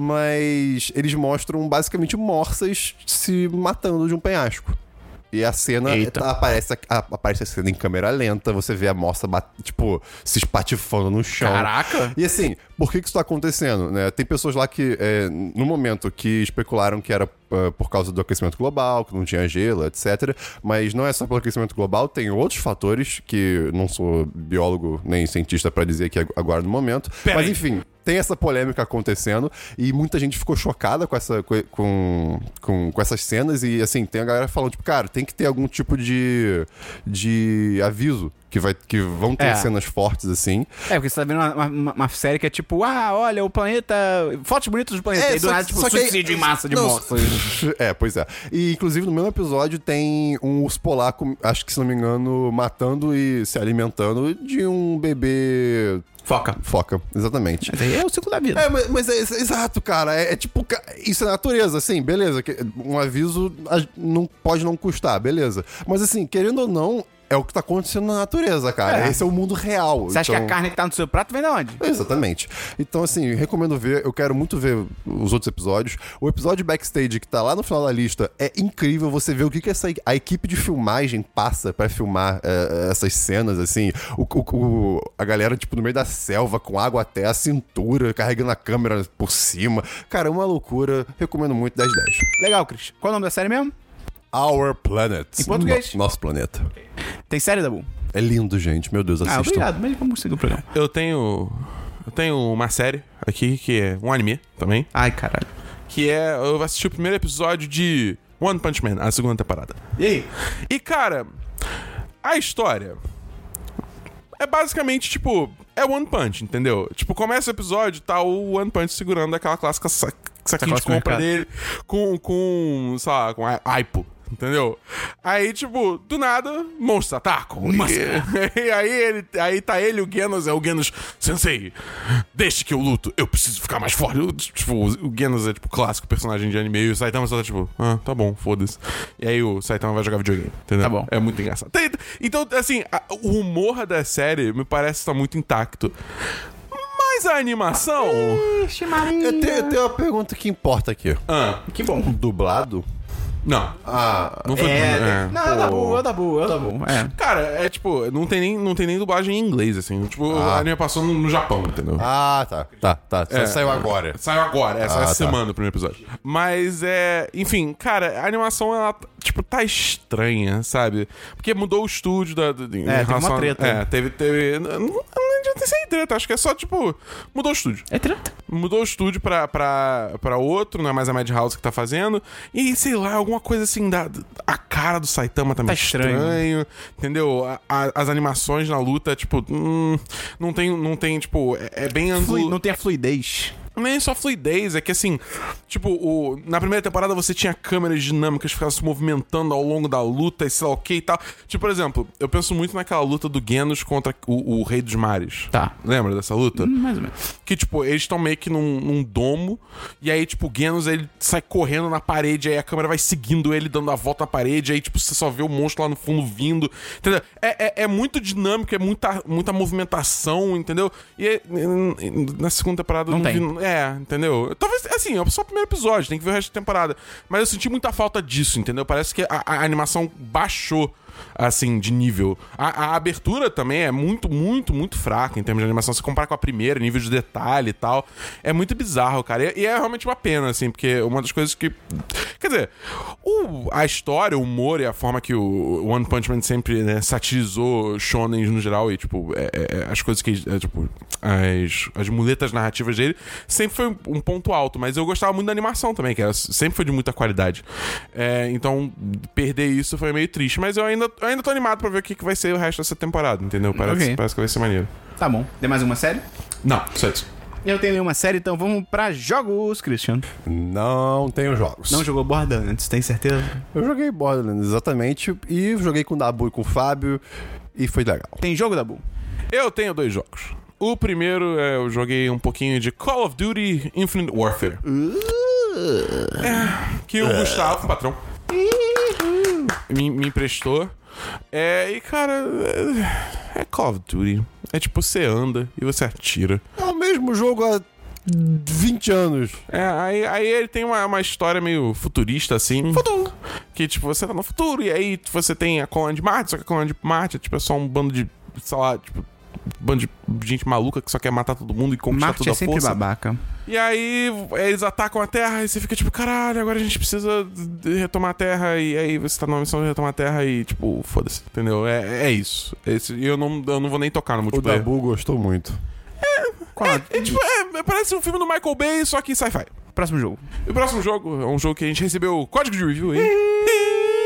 mas eles mostram basicamente morsas se matando de um penhasco. E a cena Eita. tá- aparece, a, aparece a cena em câmera lenta, você vê a moça, bat- tipo, se espatifando no chão. Caraca. E assim, por que que isso tá acontecendo, né? Tem pessoas lá que, é, no momento, que especularam que era uh, por causa do aquecimento global, que não tinha gelo, etcétera. Mas não é só pelo aquecimento global, tem outros fatores que não sou biólogo nem cientista pra dizer aqui agora no momento. Pera Mas aí. enfim, tem essa polêmica acontecendo e muita gente ficou chocada com, essa, com, com, com essas cenas e, assim, tem a galera falando, tipo, cara, tem que ter algum tipo de, de aviso que, vai, que vão ter É. cenas fortes, assim. É, porque você tá vendo uma, uma, uma série que é tipo, ah, olha, o planeta. Fotos bonitas do planeta. É, e do só nada, que- tipo, só que aí- suicídio em massa de Não, mortos. É, pois é. E, inclusive, no mesmo episódio tem um urso polar, com- acho que, se não me engano, matando e se alimentando de um bebê... Foca. Foca, exatamente. Mas aí é o ciclo da vida. É, mas, mas é, é exato, cara. É, é tipo, ca- isso é natureza, assim, beleza. que- Um aviso a- não, pode não custar, beleza. Mas assim, querendo ou não, é o que tá acontecendo na natureza, cara. É. Esse é o mundo real. Você acha então... que a carne que tá no seu prato vem de onde? Exatamente. Então, assim, recomendo ver. Eu quero muito ver os outros episódios. O episódio backstage, que tá lá no final da lista, é incrível. Você vê o que, que essa, a equipe de filmagem passa pra filmar é, essas cenas, assim. O, o- o- a galera, tipo, no meio da selva, com água até a cintura, carregando a câmera por cima. Cara, é uma loucura. Recomendo muito, dez dez. Legal, Cris. Qual é o nome da série mesmo? Our Planet. Em português? No- nosso planeta. Tem série, Dabu? É lindo, gente. Meu Deus, assistam. Ah, obrigado. Mas vamos seguir o programa. Eu tenho. Eu tenho uma série aqui que é um anime também. Ai, caralho. Que é. Eu assisti o primeiro episódio de One Punch Man, a segunda temporada. E aí? E, cara, a história é basicamente, tipo, é One Punch, entendeu? Tipo, começa o episódio, tá o One Punch segurando aquela clássica sa saquinho de Sacola compra supermercado. dele com, com, sei lá, com a- aipo. Entendeu? Aí, tipo, do nada, monstros atacam. E, e aí, ele, aí tá ele e o Genos, é o Genos, Sensei, deixe que eu luto, eu preciso ficar mais forte. Eu, tipo, o Genos é, tipo, clássico personagem de anime, e o Saitama só tá, tipo, ah, tá bom, foda-se. E aí o Saitama vai jogar videogame, entendeu? Tá bom. É muito engraçado. Tem- Então, assim, a- o humor da série me parece estar muito intacto. Mas a animação... Ixi, Maria. Eu tenho, eu tenho uma pergunta que importa aqui. Ah, Que bom. Dublado? não. Ah, Não foi... É, é. não, é o Dabu, é o Dabu, é o Dabu. É. Cara, é tipo, não tem nem, não tem nem dublagem em inglês, assim. Tipo, a anime passou no, no Japão, entendeu? ah, tá. Tá, tá. Só É. saiu agora. Saiu agora, essa Ah, essa tá. semana o primeiro episódio. Mas é. Enfim, cara, a animação, ela, tipo, tá estranha, sabe? Porque mudou o estúdio da. da em É, teve relação uma a- treta. É, teve. teve não, não adianta ser treta, acho que é só, tipo, mudou o estúdio. É treta. Mudou o estúdio pra, pra, pra outro, não é mais a Madhouse que tá fazendo. E, sei lá, alguma coisa assim, da, a cara do Saitama tá meio estranho. estranho, entendeu? A- a- as animações na luta, tipo, hum, não tem, não tem, tipo, é, é bem Flui- ângulo... não tem a fluidez. Nem só fluidez, é que assim, tipo, o, na primeira temporada você tinha câmeras dinâmicas que ficavam se movimentando ao longo da luta e sei lá o que e tal. Tipo, por exemplo, eu penso muito naquela luta do Genos contra o, o Rei dos Mares. Tá. Lembra dessa luta? Mais ou menos. Que, tipo, eles estão meio que num, num domo, e aí, tipo, o Genos, ele sai correndo na parede, aí a câmera vai seguindo ele, dando a volta na parede, aí, tipo, você só vê o monstro lá no fundo vindo, entendeu? É, é, é muito dinâmico, é muita, muita movimentação, entendeu? E é- na segunda temporada eu Não tem. vi... É, entendeu? Talvez, assim, é só o primeiro episódio, tem que ver o resto da temporada. Mas eu senti muita falta disso, entendeu? Parece que a, a animação baixou, assim, de nível. A, a abertura também é muito, muito, muito fraca em termos de animação. Se comparar com a primeira, nível de detalhe e tal, é muito bizarro, cara. E, e é realmente uma pena, assim, porque uma das coisas que... Quer dizer, o, a história, o humor e a forma que o One Punch Man sempre, né, satirizou shonens no geral e, tipo, é, é, as coisas que... É, tipo, as, as muletas narrativas dele sempre foi um ponto alto, mas eu gostava muito da animação também, que era, sempre foi de muita qualidade. É, então, perder isso foi meio triste, mas eu ainda, eu ainda tô animado pra ver o que, que vai ser o resto dessa temporada, entendeu? Parece, Ok. parece que vai ser maneiro. Tá bom. Tem mais uma série? Não, só isso. Eu tenho nenhuma série, então vamos pra jogos, Christian. Não tenho jogos. Não jogou Borderlands, tem certeza? Eu joguei Borderlands, exatamente. E joguei com o Dabu e com o Fábio. E foi legal. Tem jogo, Dabu? Eu tenho dois jogos. O primeiro, é, eu joguei um pouquinho de Call of Duty Infinite Warfare. É, que o Gustavo, patrão, me, me emprestou. É, e cara, é, é Call of Duty. É tipo, você anda e você atira. É o mesmo jogo há vinte anos. É, aí, aí ele tem uma, uma história meio futurista, assim. Futuro. Que, tipo, você tá no futuro e aí você tem a colônia de Marte, só que a colônia de Marte é, tipo, é só um bando de, sei lá, tipo, um bando de gente maluca que só quer matar todo mundo e conquistar Marte tudo é à sempre força. babaca. E aí eles atacam a Terra e você fica tipo, caralho, agora a gente precisa de retomar a Terra. E aí você tá numa missão de retomar a Terra e tipo, foda-se, entendeu? É, é isso. Esse, e eu não, eu não vou nem tocar no O multiplayer. Dabu gostou muito. Qual é? É, tipo, é, parece um filme do Michael Bay, só que sci-fi. Próximo jogo. E o próximo jogo é um jogo que a gente recebeu código de review aí.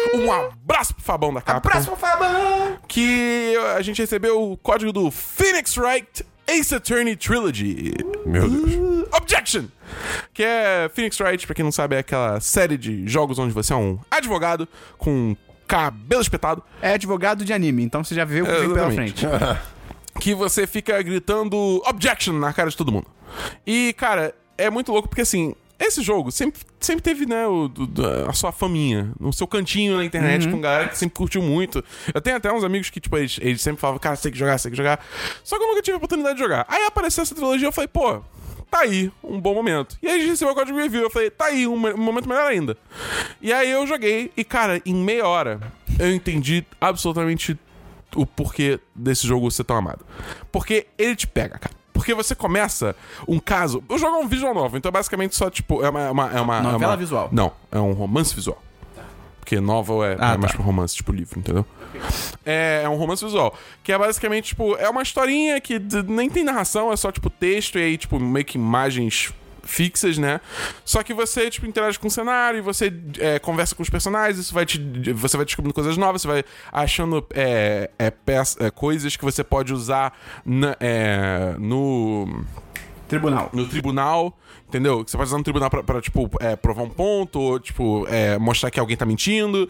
Um abraço pro Fabão da Capcom. Abraço pro Fabão! Que a gente recebeu o código do Phoenix Wright Ace Attorney Trilogy. Meu Deus. Objection! Que é Phoenix Wright, pra quem não sabe, é aquela série de jogos onde você é um advogado com cabelo espetado. É advogado de anime, então você já viu o que vem pela Exatamente. frente. Que você fica gritando Objection na cara de todo mundo. E, cara, é muito louco porque, assim, esse jogo sempre, sempre teve, né, o, o, a sua faminha, no seu cantinho na internet, Uhum. com galera que sempre curtiu muito. Eu tenho até uns amigos que, tipo, eles, eles sempre falavam, cara, você tem que jogar, você tem que jogar. Só que eu nunca tive a oportunidade de jogar. Aí apareceu essa trilogia e eu falei, pô, tá aí, um bom momento. E aí a gente recebeu o código de review, eu falei, tá aí, um, um momento melhor ainda. E aí eu joguei, e, cara, em meia hora, eu entendi absolutamente o porquê desse jogo ser tão amado. Porque ele te pega, cara. Porque você começa um caso... O jogo é um visual novel, então é basicamente só, tipo... É uma... É uma, é uma Novela é uma, visual. Não, é um romance visual. Porque novel é, Ah, é mais tá. pro romance, tipo livro, entendeu? É, é um romance visual. Que é basicamente, tipo... É uma historinha que d- nem tem narração, é só, tipo, texto e aí, tipo, meio que imagens fixas, né? Só que você, tipo, interage com o cenário e você é, conversa com os personagens, isso vai te, você vai descobrindo coisas novas, você vai achando é, é, peça, é, coisas que você pode usar na, é, no... Tribunal. no tribunal, entendeu? Você pode usar no tribunal pra, pra tipo, é, provar um ponto, ou, tipo, é, mostrar que alguém tá mentindo.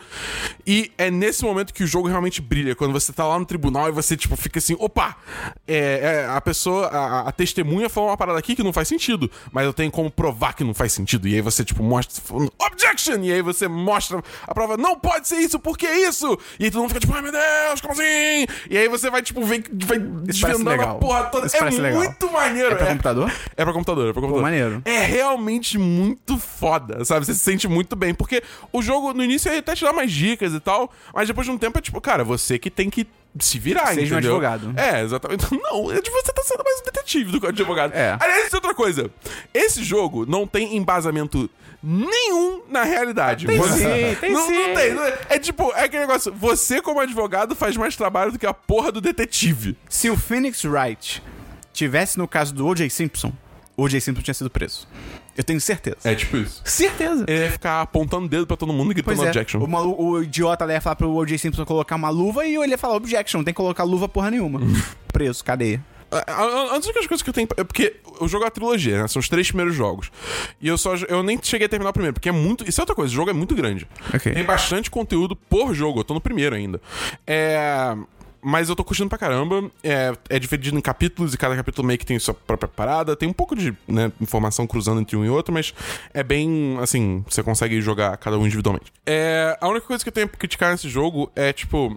E é nesse momento que o jogo realmente brilha, quando você tá lá no tribunal e você, tipo, fica assim, opa! É, é, a pessoa, a, a testemunha falou uma parada aqui que não faz sentido, mas eu tenho como provar que não faz sentido. E aí você, tipo, mostra, falando, objection! E aí você mostra a prova, não pode ser isso, por que isso? E aí todo mundo fica, tipo, ai meu Deus, como assim? E aí você vai, tipo, vem, vai desvendando a legal. porra toda. Isso É parece legal. muito maneiro. É pra computador? É pra computador, é pra computador. Pô, maneiro. É realmente muito foda, sabe? Você se sente muito bem. Porque o jogo, no início, ele até te dá mais dicas e tal, mas depois de um tempo é tipo, cara, você que tem que se virar, Seja um entendeu? advogado. É, exatamente. Não, é de você tá sendo mais um detetive do que um advogado. É. Aliás, isso é outra coisa. Esse jogo não tem embasamento nenhum na realidade. Tem Você- sim, tem não, sim. não tem. Não é, é tipo, é aquele negócio, você como advogado faz mais trabalho do que a porra do detetive. Se o Phoenix Wright tivesse no caso do O J Simpson, o O J Simpson tinha sido preso. Eu tenho certeza. É tipo isso. Certeza. Ele ia ficar apontando o dedo pra todo mundo e gritando Pois é. objection. O, malu- o idiota lá ia falar pro O J Simpson colocar uma luva e ele ia falar objection, não tem que colocar luva porra nenhuma. Preso, cadeia. A- a- Antes das coisas que eu tenho. é Porque o jogo é a trilogia, né? São os três primeiros jogos. E eu só. Eu nem cheguei a terminar o primeiro, porque é muito. Isso é outra coisa, o jogo é muito grande. Ok. Tem bastante conteúdo por jogo. Eu tô no primeiro ainda. É. Mas eu tô curtindo pra caramba. É, é dividido em capítulos e cada capítulo meio que tem sua própria parada. Tem um pouco de né, informação cruzando entre um e outro, mas é bem assim, você consegue jogar cada um individualmente. É, a única coisa que eu tenho pra criticar nesse jogo é, tipo.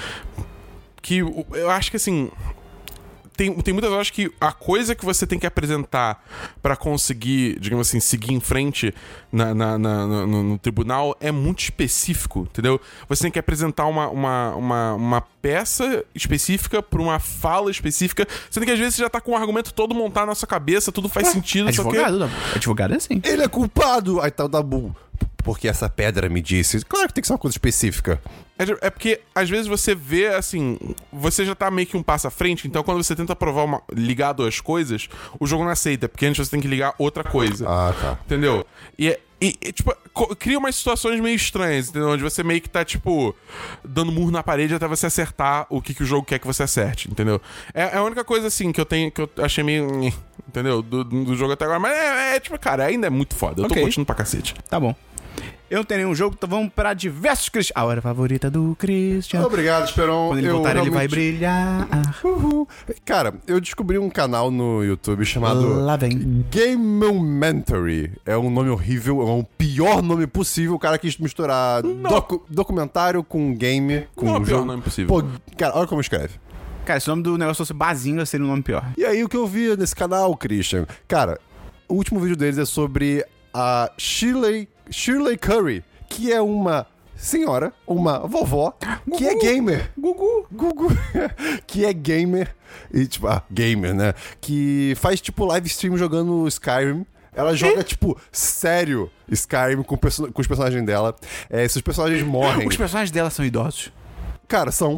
Que o- eu acho que assim. Tem, tem muitas horas que a coisa que você tem que apresentar pra conseguir, digamos assim, seguir em frente na, na- na- no, no tribunal é muito específico, entendeu? Você tem que apresentar uma, uma, uma, uma peça específica pra uma fala específica, sendo que às vezes você já tá com o argumento todo montado na sua cabeça, tudo faz sentido, só que... Advogado, Dabu. Advogado é assim. Ele é culpado! Aí tá o Dabu. Porque essa pedra me disse. Claro que tem que ser uma coisa específica. É, de- é porque, às vezes, você vê, assim... Você já tá meio que um passo à frente, então quando você tenta provar uma, ligar duas coisas, o jogo não aceita, porque antes você tem que ligar outra coisa. Ah, tá. Entendeu? E, é- e, e, tipo, co- cria umas situações meio estranhas, entendeu? Onde você meio que tá, tipo, dando murro na parede até você acertar o que, que o jogo quer que você acerte, entendeu? É, é a única coisa, assim, que eu tenho, que eu achei meio... nhê, entendeu? Do, do jogo até agora. Mas é, é, tipo, cara, ainda é muito foda. Eu tô Ok. curtindo pra cacete. Tá bom. Eu não tenho nenhum jogo, então vamos pra diversos Christian. A hora favorita do Christian. Obrigado, Esperon. Quando ele Eu voltar, ele vai realmente- brilhar. Uhul. Cara, eu descobri um canal no YouTube chamado Lá vem. Gamementary. É um nome horrível, é o pior nome possível. O cara quis misturar docu- documentário com game, com Não é o pior jogo. nome possível. Pô, cara, olha como escreve. Cara, se o nome do negócio fosse Bazinga, seria um nome pior. E aí, o que eu vi nesse canal, Christian? Cara, o último vídeo deles é sobre a Shirley, Shirley Curry, que é uma senhora, uma vovó, que é gamer. Gugu. Gugu. Que é gamer. E, tipo, ah, gamer, né? Que faz, tipo, live stream jogando Skyrim. Ela joga, tipo, sério Skyrim com, com os personagens dela. É, se os personagens morrem... Os personagens dela são idosos. Cara, são...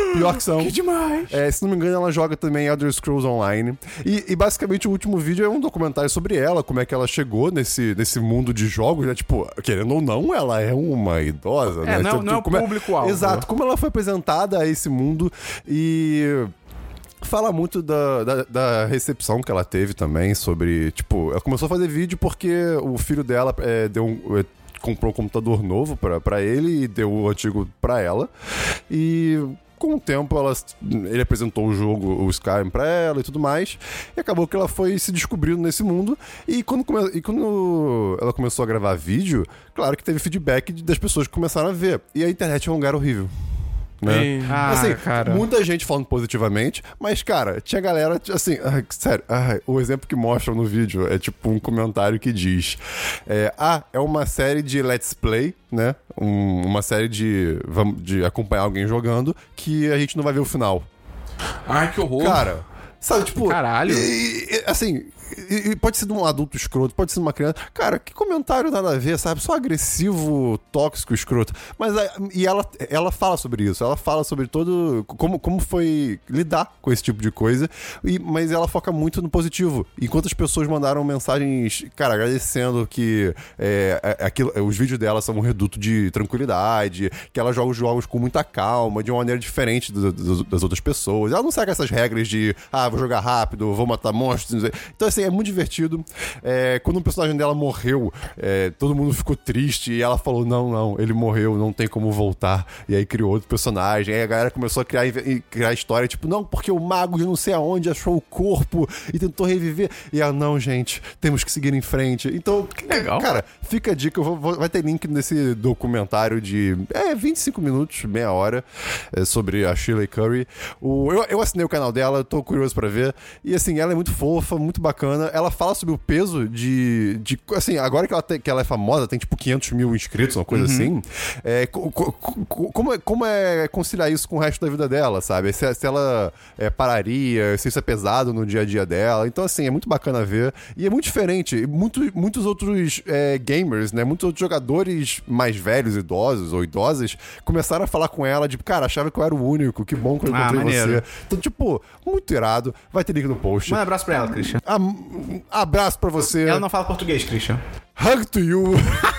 Pior que são. Que demais. É, se não me engano, ela joga também Elder Scrolls Online. E, e basicamente o último vídeo é um documentário sobre ela, como é que ela chegou nesse, nesse mundo de jogos, né? Tipo, querendo ou não, ela é uma idosa, É, né? não, Então, não é o como público-alvo. Exato, como ela foi apresentada a esse mundo e... Fala muito da, da, da recepção que ela teve também sobre, tipo, ela começou a fazer vídeo porque o filho dela é, deu um, é, comprou um computador novo pra, pra ele e deu o antigo pra ela. E com o tempo ela, ele apresentou o jogo, o Skyrim pra ela e tudo mais, e acabou que ela foi se descobrindo nesse mundo. E quando, come, e quando ela começou a gravar vídeo, claro que teve feedback das pessoas que começaram a ver. E a internet é um lugar horrível. Né? E- Ah, assim, cara. muita gente falando positivamente, mas, cara, tinha galera, assim, ai, sério, ai, o exemplo que mostram no vídeo é tipo um comentário que diz: é, ah, é uma série de let's play, né? Um- uma série de, vamos- de acompanhar alguém jogando que a gente não vai ver o final. Ai, que horror. Cara, sabe, tipo. Caralho. e- e- assim. E, e pode ser de um adulto escroto, pode ser de uma criança. Cara, que comentário nada a ver, sabe? Só agressivo, tóxico, escroto. Mas a- e ela, ela fala sobre isso. Ela fala sobre todo. Como, como foi lidar com esse tipo de coisa. E, mas ela foca muito no positivo. Enquanto as pessoas mandaram mensagens, cara, agradecendo que é, é, aquilo, os vídeos dela são um reduto de tranquilidade, que ela joga os jogos com muita calma, de uma maneira diferente do- do- das outras pessoas. Ela não segue essas regras de, ah, vou jogar rápido, vou matar monstros. Então, assim, é muito divertido. É, quando o personagem dela morreu, é, todo mundo ficou triste e ela falou, não, não, ele morreu, não tem como voltar. E aí criou outro personagem. Aí a galera começou a criar, e criar história, tipo, não, porque o mago de não sei aonde achou o corpo e tentou reviver. E ela, não, gente, temos que seguir em frente. Então, legal. cara, fica a dica, eu vou- vou- vai ter link nesse documentário de é, vinte e cinco minutos, meia hora, é, sobre a Shirley Curry. O, eu, eu assinei o canal dela, tô curioso pra ver. E assim, ela é muito fofa, muito bacana. Ela fala sobre o peso de. de assim, agora que ela, tem- que ela é famosa, tem tipo quinhentos mil inscritos, uma coisa assim. É, co- co- co- como, é, como é conciliar isso com o resto da vida dela, sabe? Se, se ela é, pararia, se isso é pesado no dia a dia dela. Então, assim, é muito bacana ver. E é muito diferente. E muito, muitos outros é, gamers, né? Muitos outros jogadores mais velhos, idosos ou idosas, começaram a falar com ela, de, cara, achava que eu era o único, que bom que eu Ah, encontrei maneiro. você. Então, tipo, muito irado. Vai ter link no post. Manda um abraço pra ela, Christian. Am- abraço pra você. Ela não fala português, Christian. Hug to you.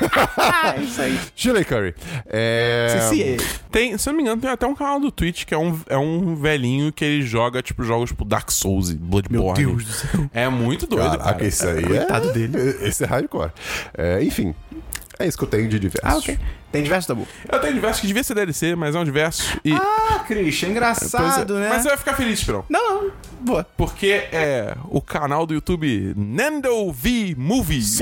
Ah, é isso aí. Shirley Curry. É... C C Tem, se eu não me engano, tem até um canal do Twitch que é um, é um velhinho que ele joga, tipo, jogos tipo Dark Souls e Bloodborne. Meu Deus do céu. É muito doido, Caraca, cara. esse aí Coitado é... dele. Esse é hardcore. É, enfim, é isso que eu tenho de diversos. Ah, ok. Tem diversos, Tabu? Eu tenho diversos que devia ser D L C, mas é um diverso. E, Ah, Christian, Pois é, engraçado, né? Mas você vai ficar feliz, Esperão. Não, não. Boa. Porque é o canal do YouTube Nando V Movies.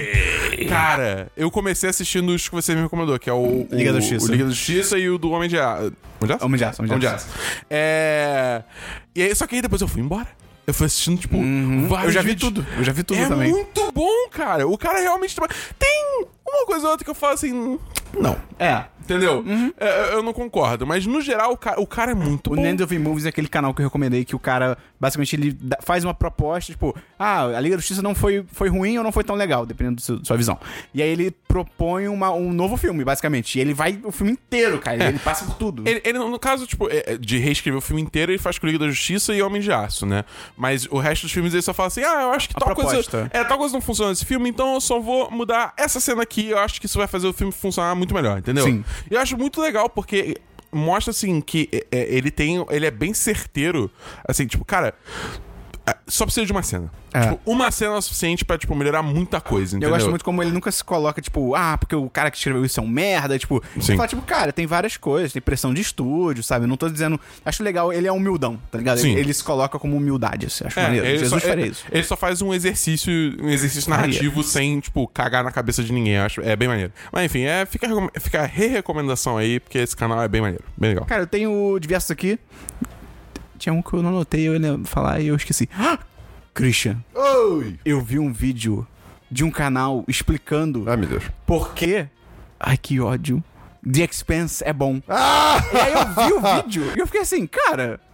Cara, eu comecei assistindo os que você me recomendou, que é o, o Liga da Justiça. o Liga da Justiça e o do Homem de Aço. Homem de Aço? Homem de Aço, Homem de Homem de Aço. Aço. É... E aí, só que aí depois eu fui embora. Eu fui assistindo, tipo, vários Eu já vi vídeos. tudo. Eu já vi tudo é também. muito bom, cara. O cara realmente... trabalha- Tem uma coisa ou outra que eu falo assim... Não. É. Entendeu? É, eu não concordo. Mas, no geral, o cara, o cara é muito O bom. Nando V Movies é aquele canal que eu recomendei que o cara, basicamente, ele dá- faz uma proposta, tipo, ah, a Liga da Justiça não foi, foi ruim ou não foi tão legal, dependendo do seu- da sua visão. E aí ele propõe uma, um novo filme, basicamente. E ele vai o filme inteiro, cara. Ele passa por tudo. Ele, ele, no caso, tipo, é- é de reescrever o filme inteiro, ele faz com Liga da Justiça e Homem de Aço, né? Mas o resto dos filmes ele só fala assim: ah, eu acho que A tal proposta. coisa. É, tal coisa não funciona nesse filme, então eu só vou mudar essa cena aqui. Eu acho que isso vai fazer o filme funcionar muito melhor, entendeu? Sim. E eu acho muito legal porque mostra assim que é, é, ele tem. Ele é bem certeiro. Assim, tipo, cara. é, Só precisa de uma cena. É. Tipo, uma cena é o suficiente pra, tipo, melhorar muita coisa, entendeu? Eu gosto muito como ele nunca se coloca, tipo, ah, porque o cara que escreveu isso é um merda. Tipo, Sim. ele fala, tipo, cara, tem várias coisas, tem pressão de estúdio, sabe? Eu não tô dizendo. Acho legal, ele é humildão, tá ligado? Sim. Ele, ele se coloca como humildade, assim, acho É, maneiro. ele Jesus só, faria ele, isso. ele só faz um exercício, um exercício narrativo sem, tipo, cagar na cabeça de ninguém. Eu acho, é bem maneiro. Mas enfim, é, fica, recom- fica a re-recomendação aí, porque esse canal é bem maneiro. Bem legal. Cara, eu tenho diversos aqui. Tinha um que eu não anotei, eu ia falar e eu esqueci. Ah! Christian, Oi! eu vi um vídeo de um canal explicando Ai, meu Deus. por que. Ai, que ódio. The Expanse é bom. Ah! E aí eu vi o vídeo e eu fiquei assim, cara.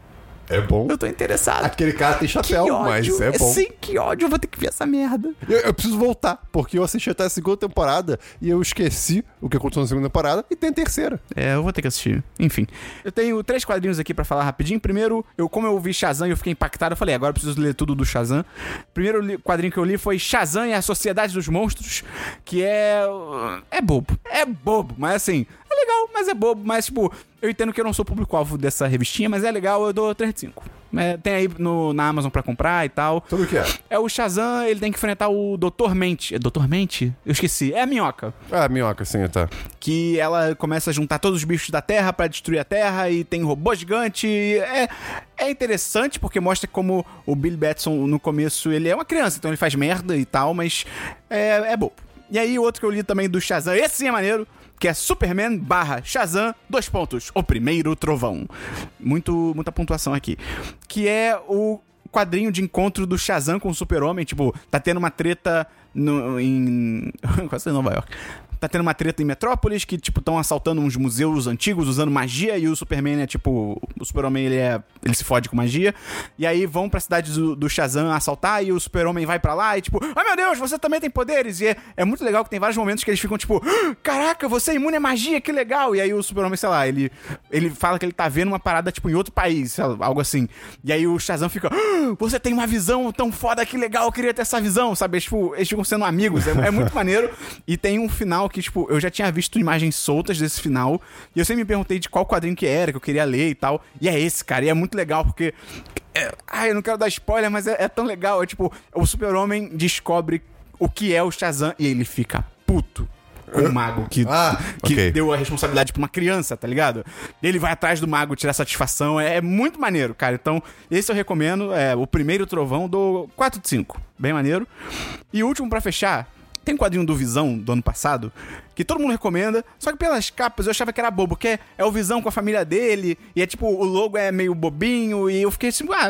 É bom. Eu tô interessado. Aquele cara tem Que chapéu, ódio. mas é bom. Sim, que ódio. Eu vou ter que ver essa merda. Eu, eu preciso voltar, porque eu assisti até a segunda temporada e eu esqueci o que aconteceu na segunda temporada e tem a terceira. É, eu vou ter que assistir. Enfim. Eu tenho três quadrinhos aqui pra falar rapidinho. Primeiro, eu, como eu vi Shazam e eu fiquei impactado, eu falei, agora eu preciso ler tudo do Shazam. Primeiro li- quadrinho que eu li foi Shazam e a Sociedade dos Monstros, que é... É bobo. É bobo, mas assim... É legal, mas é bobo. Mas, tipo, eu entendo que eu não sou público-alvo dessa revistinha, mas é legal, eu dou três de cinco. É, tem aí no, na Amazon pra comprar e tal. Sobre o que é? É o Shazam, ele tem que enfrentar o doutor Mente. É doutor Mente? Eu esqueci. É a Minhoca. Ah, minhoca, sim, tá. Que ela começa a juntar todos os bichos da Terra pra destruir a Terra e tem um robô gigante. É, é interessante porque mostra como o Billy Batson, no começo, ele é uma criança, então ele faz merda e tal, mas é, é bobo. E aí, o outro que eu li também do Shazam, esse sim é maneiro, que é Superman barra Shazam, dois pontos, o primeiro trovão. Muito, muita pontuação aqui. Que é o quadrinho de encontro do Shazam com o Super-Homem. Tipo, tá tendo uma treta no, em... quase em Nova York. Tá tendo uma treta em Metrópolis que, tipo, estão assaltando uns museus antigos usando magia e o Superman é, tipo... O Super-Homem, ele é... Ele se fode com magia. E aí vão pra cidade do, do Shazam assaltar e o Super-Homem vai pra lá e, tipo... Ai, meu Deus, você também tem poderes! E é, é muito legal que tem vários momentos que eles ficam, tipo... Caraca, você é imune à magia, que legal! E aí o Super-Homem, sei lá, ele... Ele fala que ele tá vendo uma parada, tipo, em outro país, sei lá, algo assim. E aí o Shazam fica... Você tem uma visão tão foda, que legal, eu queria ter essa visão, sabe? Eles, tipo, eles ficam sendo amigos. É, é muito maneiro. E tem um final que, tipo, eu já tinha visto imagens soltas desse final, e eu sempre me perguntei de qual quadrinho que era, que eu queria ler e tal, e é esse, cara, e é muito legal, porque... É, ai, eu não quero dar spoiler, mas é, é tão legal, é tipo, o Super-Homem descobre o que é o Shazam, e ele fica puto com o mago que, Ah, que ok. deu a responsabilidade pra uma criança, tá ligado? Ele vai atrás do mago tirar satisfação, é, é muito maneiro, cara. Então, esse eu recomendo, é o primeiro trovão do quatro de cinco, bem maneiro. E o último pra fechar, tem um quadrinho do Visão, do ano passado, que todo mundo recomenda, só que pelas capas eu achava que era bobo, que é, é o Visão com a família dele, e é tipo, o logo é meio bobinho, e eu fiquei assim, ah,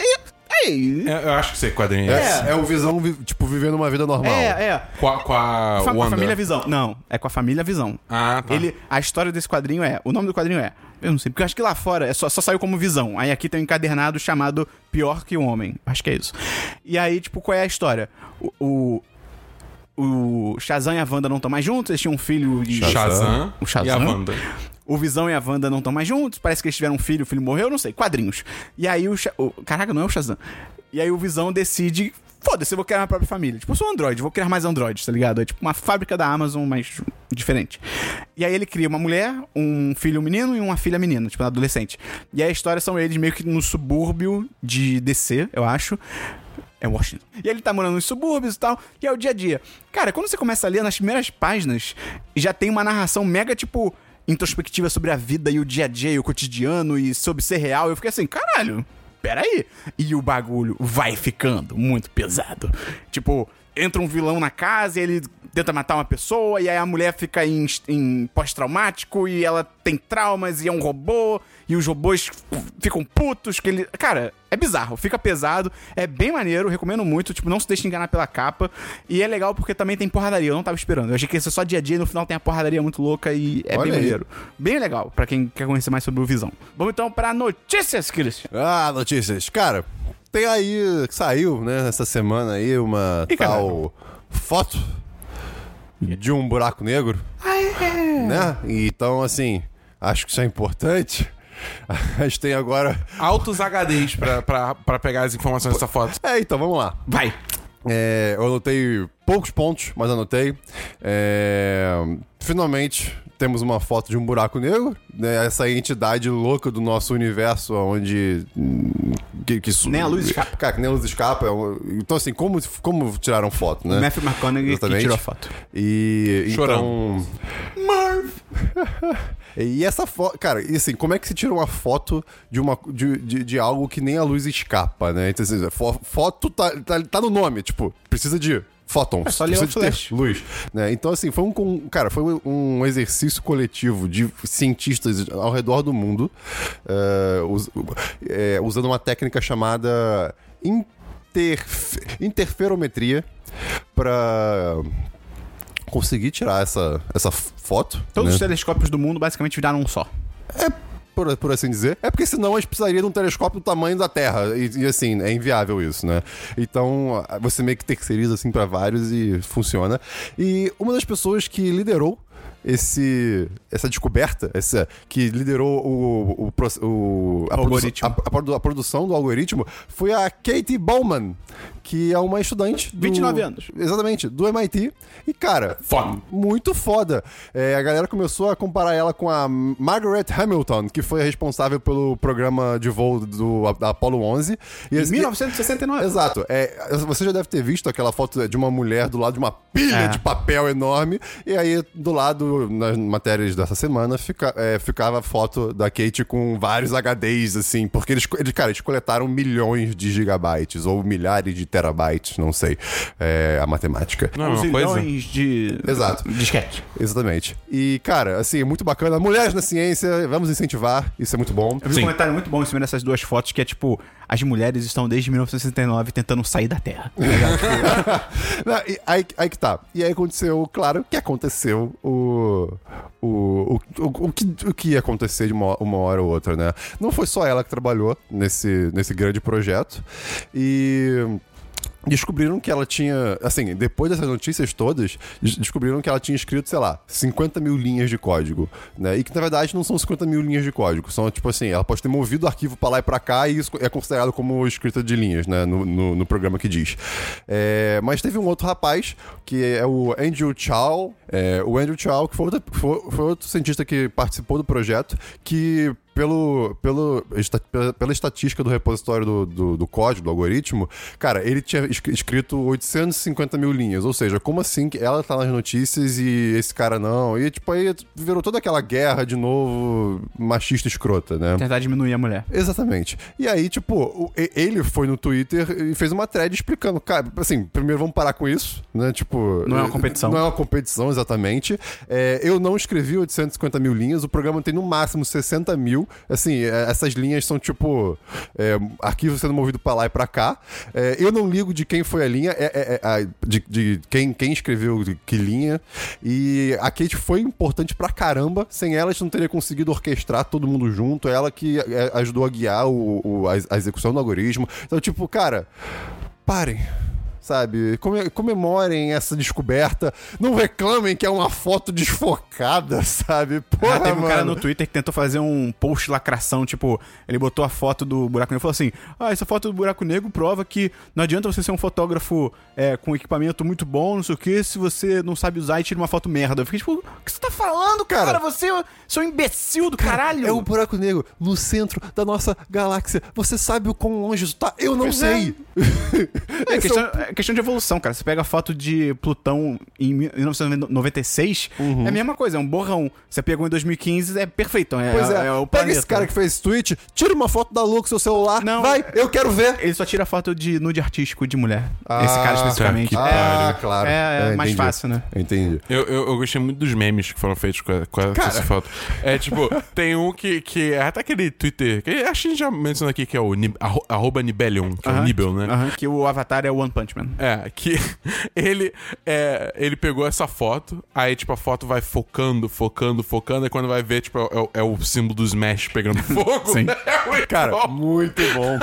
aí... É, eu acho que esse quadrinho é, É, esse. é o Visão, vi- tipo, vivendo uma vida normal. É, é. Com a, com a Fa- com a Wanda. família Visão. Não, é com a família Visão. Ah, tá. Ele, a história desse quadrinho é... O nome do quadrinho é... Eu não sei, porque eu acho que lá fora é só, só saiu como Visão. Aí aqui tem um encadernado chamado Pior que o Homem. Acho que é isso. E aí, tipo, qual é a história? O... o o Shazam e a Wanda não estão mais juntos, eles tinham um filho de... Shazam, O Shazam. e a Wanda. O Visão e a Wanda não estão mais juntos, parece que eles tiveram um filho, o filho morreu, não sei, quadrinhos. E aí o, Sha- o caraca, não é o Shazam. E aí o Visão decide, foda-se, eu vou criar minha própria família. Tipo, eu sou um androide, vou criar mais androides, tá ligado? É tipo uma fábrica da Amazon, mas diferente. E aí ele cria uma mulher, um filho menino e uma filha menina, tipo, adolescente. E aí a história são eles meio que no subúrbio de D C, eu acho. É Washington. E ele tá morando nos subúrbios e tal, e é o dia a dia. Cara, quando você começa a ler nas primeiras páginas, já tem uma narração mega, tipo, introspectiva sobre a vida e o dia a dia e o cotidiano e sobre ser real. Eu fiquei assim, caralho, peraí. E o bagulho vai ficando muito pesado. Tipo, entra um vilão na casa e ele tenta matar uma pessoa, e aí a mulher fica em, em pós-traumático e ela tem traumas e é um robô, e os robôs ficam putos, que ele... Cara, é bizarro, fica pesado, é bem maneiro, recomendo muito, tipo, não se deixe enganar pela capa, e é legal porque também tem porradaria, eu não tava esperando, eu achei que ia ser só dia a dia e no final tem a porradaria muito louca e é Olha bem aí. maneiro. Bem legal, pra quem quer conhecer mais sobre o Visão. Vamos então pra notícias, Christian. Ah, notícias. Cara, tem aí, saiu, né, essa semana aí, uma Ih, tal foto de um buraco negro, né? Então, assim, acho que isso é importante. A gente tem agora... Altos H Ds pra, pra, pra pegar as informações dessa foto. É, então, vamos lá. Vai. É, eu anotei poucos pontos, mas anotei. É, finalmente temos uma foto de um buraco negro, né? Essa entidade louca do nosso universo, onde hum, que, que su- Nem a luz escapa. Cara, que nem a luz escapa. é um- Então, assim, como, como tiraram foto, né? Matthew McConaughey que Exatamente. tirou a foto. E Chorando. então. Marv! E essa foto. Cara, e assim, como é que se tira uma foto de, uma, de, de, de algo que nem a luz escapa, né? Então, assim, fo- foto tá, tá, tá no nome, tipo, precisa de fótons. É só ler precisa o de ter flash. luz. Né? Então, assim, foi um, com- cara, foi um exercício coletivo de cientistas ao redor do mundo, eh, us- eh, usando uma técnica chamada interfe- interferometria para conseguir tirar essa, essa foto. Todos né? os telescópios do mundo basicamente viraram um só. por, por assim dizer. É porque senão a gente precisaria de um telescópio do tamanho da Terra. E, e assim, é inviável isso, né? Então, você meio que terceiriza assim pra vários e funciona. E uma das pessoas que liderou esse, essa descoberta, essa, que liderou o, o, o, a, algoritmo. produ, a, a, a produção do algoritmo, foi a Katie Bowman, que é uma estudante do, vinte e nove anos. Exatamente, do M I T. E, cara, foda. Muito foda. É, a galera começou a comparar ela com a Margaret Hamilton, que foi a responsável pelo programa de voo do, da Apollo onze. E, em mil novecentos e sessenta e nove. Exato. É, você já deve ter visto aquela foto de uma mulher do lado de uma pilha é. de papel enorme. E aí, do lado, nas matérias dessa semana, fica, é, ficava a foto da Kate com vários H Ds, assim, porque eles, eles, cara, eles coletaram milhões de gigabytes, ou milhares de terabytes, não sei, é, a matemática. Não é uma coisa? de... Exato. disquete. Exatamente. E, cara, assim, é muito bacana. Mulheres na ciência, vamos incentivar, isso é muito bom. Eu vi Sim. um comentário muito bom em cima dessas duas fotos, que é tipo, as mulheres estão desde mil novecentos e sessenta e nove tentando sair da Terra. Não, e aí, aí que tá. E aí aconteceu, claro, que aconteceu o... O, o, o, o, que, o que ia acontecer de uma, uma hora ou outra, né? Não foi só ela que trabalhou nesse, nesse grande projeto. E... descobriram que ela tinha, assim, depois dessas notícias todas, descobriram que ela tinha escrito, sei lá, cinquenta mil linhas de código, né? E que, na verdade, não são cinquenta mil linhas de código. São, tipo assim, ela pode ter movido o arquivo pra lá e pra cá e isso é considerado como escrita de linhas, né? No, no, no programa que diz. É, mas teve um outro rapaz, que é o Andrew Chow. É, o Andrew Chow, que foi outro, foi, foi outro cientista que participou do projeto, que... Pelo, pelo, pela, pela estatística do repositório do, do, do código, do algoritmo, cara, ele tinha escrito oitocentos e cinquenta mil linhas. Ou seja, como assim que ela tá nas notícias e esse cara não? E, tipo, aí virou toda aquela guerra de novo machista escrota, né? Tentar diminuir a mulher. Exatamente. E aí, tipo, ele foi no Twitter e fez uma thread explicando, cara, assim, primeiro vamos parar com isso, né? Tipo... Não é uma competição. Não é uma competição, exatamente. É, eu não escrevi oitocentos e cinquenta mil linhas, o programa tem no máximo sessenta mil. Assim, essas linhas são tipo é, arquivo sendo movido pra lá e pra cá. É, eu não ligo de quem foi a linha, é, é, é, de, de quem, quem escreveu que linha. E a Kate foi importante pra caramba. Sem ela, a gente não teria conseguido orquestrar todo mundo junto. Ela que é, ajudou a guiar o, o, a, a execução do algoritmo. Então, tipo, cara, parem. Sabe? Comemorem essa descoberta. Não reclamem que é uma foto desfocada, sabe? Porra, ah, teve um mano. cara no Twitter que tentou fazer um post lacração, tipo, ele botou a foto do buraco negro e falou assim: ah, essa foto do buraco negro prova que não adianta você ser um fotógrafo é, com equipamento muito bom, não sei o que, se você não sabe usar e tira uma foto merda. Eu fiquei tipo, o que você tá falando, cara? cara você é um imbecil do caralho. É o buraco negro no centro da nossa galáxia. Você sabe o quão longe isso tá? Eu não pois sei. É, é, questão, é questão de evolução, cara. Você pega a foto de Plutão em mil novecentos e noventa e seis, uhum. é a mesma coisa, é um borrão. Você pegou em dois mil e quinze, é perfeito. É, pois é, é o pega planeta. Esse cara que fez esse tweet, tira uma foto da Lua com seu celular, não, vai, eu quero ver. Ele só tira foto de nude artístico de mulher. Ah, esse cara especificamente. Ah, é, claro. É, é é mais fácil, né? Entendi. Eu, eu, eu gostei muito dos memes que foram feitos com, a, com, a, com essa foto. É tipo, tem um que, que é até aquele Twitter, que acho que a gente já mencionou aqui, que é o Nib, arro, arroba Nibelion, que uh-huh. é o Nibel, né? Uh-huh. Que o avatar é o One Punch Man. É, que ele, é, ele pegou essa foto, aí tipo a foto vai focando, focando, focando, e quando vai ver, tipo, é, é o símbolo do Smash pegando fogo. Sim. É muito cara, bom. muito bom.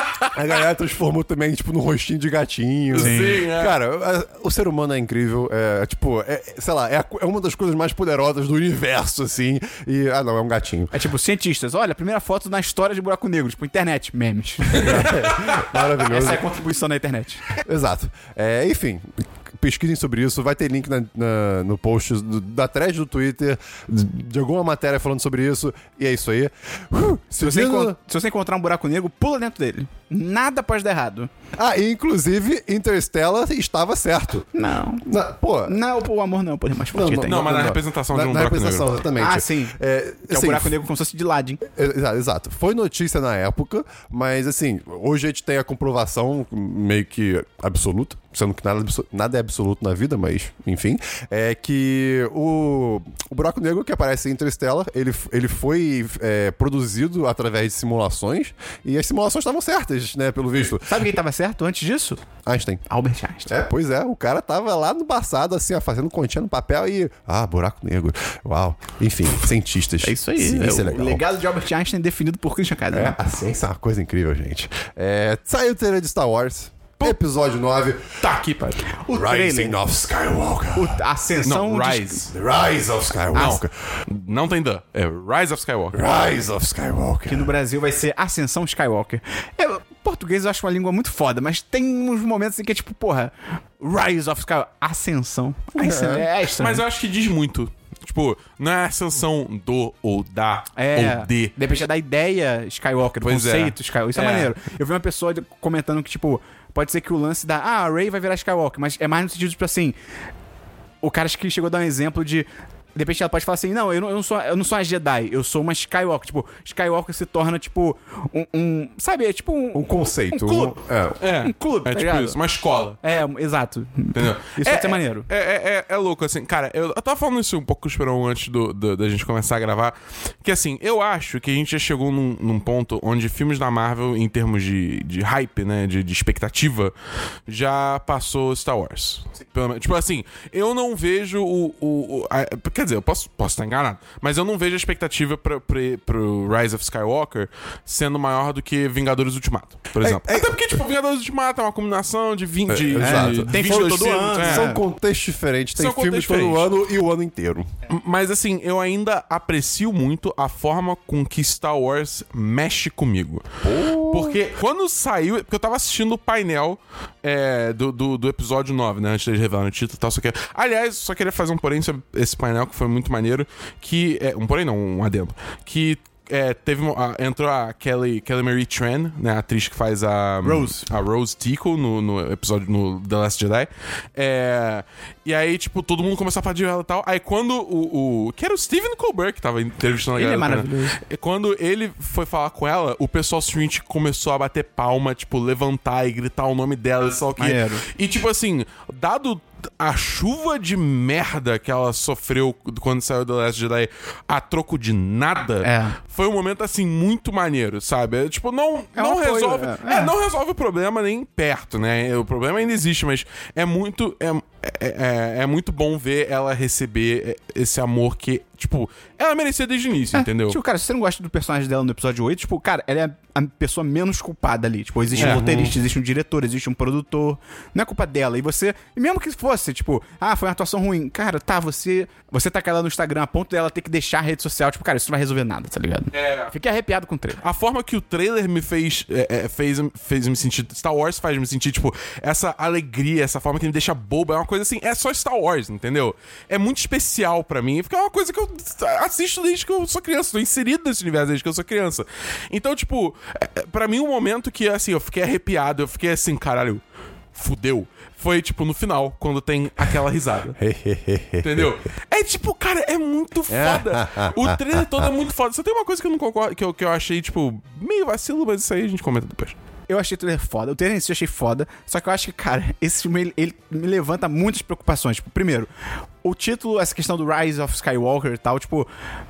A galera transformou também, tipo, num rostinho de gatinho. Sim, Sim é. Cara, o ser humano é incrível. É, tipo, é, sei lá, é, é uma das coisas mais poderosas do universo, assim. E, ah, não, é um gatinho. É tipo, cientistas, olha, a primeira foto na história de buraco negro. Tipo, internet, memes. Maravilhoso. Essa é a contribuição da internet. Exato. É, enfim... Pesquisem sobre isso, vai ter link na, na, no post do, da thread do Twitter, de, de alguma matéria falando sobre isso, e é isso aí. Uh, se, você encont- se você encontrar um buraco negro, pula dentro dele. Nada pode dar errado. Ah, e inclusive Interstellar estava certo. Não. Na, pô. Não, o amor não é o poder mais forte não, que tem. Não, mas na representação na, de um na buraco representação, negro. Exatamente. Ah, sim. É, que assim, é o buraco negro como se fosse de ladinho. Exato, exato. Foi notícia na época, mas assim, hoje a gente tem a comprovação meio que absoluta sendo que nada, nada é absoluto na vida, mas enfim, é que o, o buraco negro que aparece em Interstellar, ele, ele foi é, produzido através de simulações, e as simulações estavam certas, né, pelo visto. Sabe quem tava certo antes disso? Einstein. Albert Einstein. É, pois é, o cara tava lá no passado, assim, ó, fazendo continha no papel e... Ah, buraco negro. Uau. Enfim, cientistas. É isso aí. Ciência é, é legal. O legado de Albert Einstein definido por Christian Kaiser. É, a ciência é uma coisa incrível, gente. É, saiu o trailer de Star Wars, episódio nove. Tá aqui, pai. O Rising trailer. of Skywalker. O, a ascensão Não, de- Rise. The Rise of Skywalker. Não tem The. É Rise of Skywalker. Rise of Skywalker. que no Brasil vai ser Ascensão Skywalker. É, português eu acho uma língua muito foda, mas tem uns momentos em que é tipo, porra, Rise of Skywalker, Ascensão. É, é, é estranho. Mas eu acho que diz muito. Tipo, não é a ascensão do ou da É, ou de. depende da ideia Skywalker, do Pois é. conceito Skywalker. Isso é. É. maneiro. Eu vi uma pessoa de- comentando que, tipo, pode ser que o lance da... Ah, a Rey vai virar Skywalker, mas é mais no sentido, tipo assim... O cara acho que chegou a dar um exemplo de... De repente ela pode falar assim, não, eu não, eu não sou, eu não sou uma Jedi, eu sou uma Skywalker. Tipo, Skywalker se torna, tipo, um... um- sabe, é tipo um... Um conceito. Um clube. um- é. É, Um clube, é tá tipo ligado? isso, uma escola. É, exato. Entendeu? Isso é, pode ser é- maneiro. É, é, é, é louco, assim. Cara, eu, eu tava falando isso um pouco com o Esperão antes do, do- da gente começar a gravar. Que, assim, eu acho que a gente já chegou num, num ponto onde filmes da Marvel, em termos de, de hype, né, de, de expectativa, já passou Star Wars. Pelo menos- tipo assim, eu não vejo o... o, o- a- quer dizer, eu posso, posso estar enganado, mas eu não vejo a expectativa pra, pra, pro Rise of Skywalker sendo maior do que Vingadores Ultimato, por exemplo. é- Até porque, tipo, Vingadores Ultimato é uma combinação de vinte... É, de, exato. de Tem vinte e filme dois todo filmes, ano, é. São contextos diferentes. Tem São filme contextos todo diferentes. ano e o ano inteiro. Mas assim, eu ainda aprecio muito a forma com que Star Wars mexe comigo. Porque quando saiu. Porque eu tava assistindo o painel é, do, do, do episódio nove, né? Antes de revelar o título e tal. Só que, aliás, só queria fazer um porém sobre esse painel que foi muito maneiro. Que. É, um porém não, um adendo. Que. É, teve uma- a- entrou a Kelly, Kelly Marie Tran, né, a atriz que faz a Rose. a Rose Tico no, no episódio no The Last Jedi. É, e aí, tipo, todo mundo começou a falar de ela e tal. Aí quando o, o... Que era o Stephen Colbert que tava entrevistando a Ele é galera. maravilhoso. E quando ele foi falar com ela, o pessoal simplesmente começou a bater palma, tipo, levantar e gritar o nome dela e só o quê. Maneiro. E tipo assim, dado a chuva de merda que ela sofreu quando saiu do Last Jedi a troco de nada, É. foi um momento assim muito maneiro, sabe? É, tipo, não, É um não apoio, resolve. é. É, não resolve o problema nem perto, né? O problema ainda existe, mas é muito. É, é, é, é muito bom ver ela receber esse amor que, tipo, ela merecia desde o início, É, entendeu? Tipo, cara, se você não gosta do personagem dela no episódio oito, tipo, cara, ela é a pessoa menos culpada ali. Tipo, existe É. um roteirista, existe um diretor, existe um produtor. Não é culpa dela. E você, e mesmo que fosse, tipo, ah, foi uma atuação ruim. Cara, tá, você você tá com ela no Instagram a ponto dela ter que deixar a rede social. Tipo, cara, isso não vai resolver nada, tá ligado? É. Fiquei arrepiado com o trailer. A forma que o trailer me fez, é, é, fez, fez me sentir. Star Wars faz me sentir, tipo, essa alegria, essa forma que me deixa boba. É uma coisa assim, é só Star Wars, entendeu? É muito especial pra mim. Porque é uma coisa que eu assisto desde que eu sou criança. Tô inserido nesse universo desde que eu sou criança. Então, tipo, é, é, pra mim, um momento que, assim, eu fiquei arrepiado, eu fiquei assim, caralho, fudeu. Foi, tipo, no final, quando tem aquela risada. Entendeu? É tipo, cara, é muito foda. O trailer todo é muito foda. Só tem uma coisa que eu não concordo, que eu, que eu achei, tipo, meio vacilo, mas isso aí a gente comenta depois. Eu achei o trailer foda. O trailer em si eu achei foda. Só que eu acho que, cara, esse filme, ele, ele me levanta muitas preocupações. Tipo, primeiro, o título, essa questão do Rise of Skywalker e tal, tipo...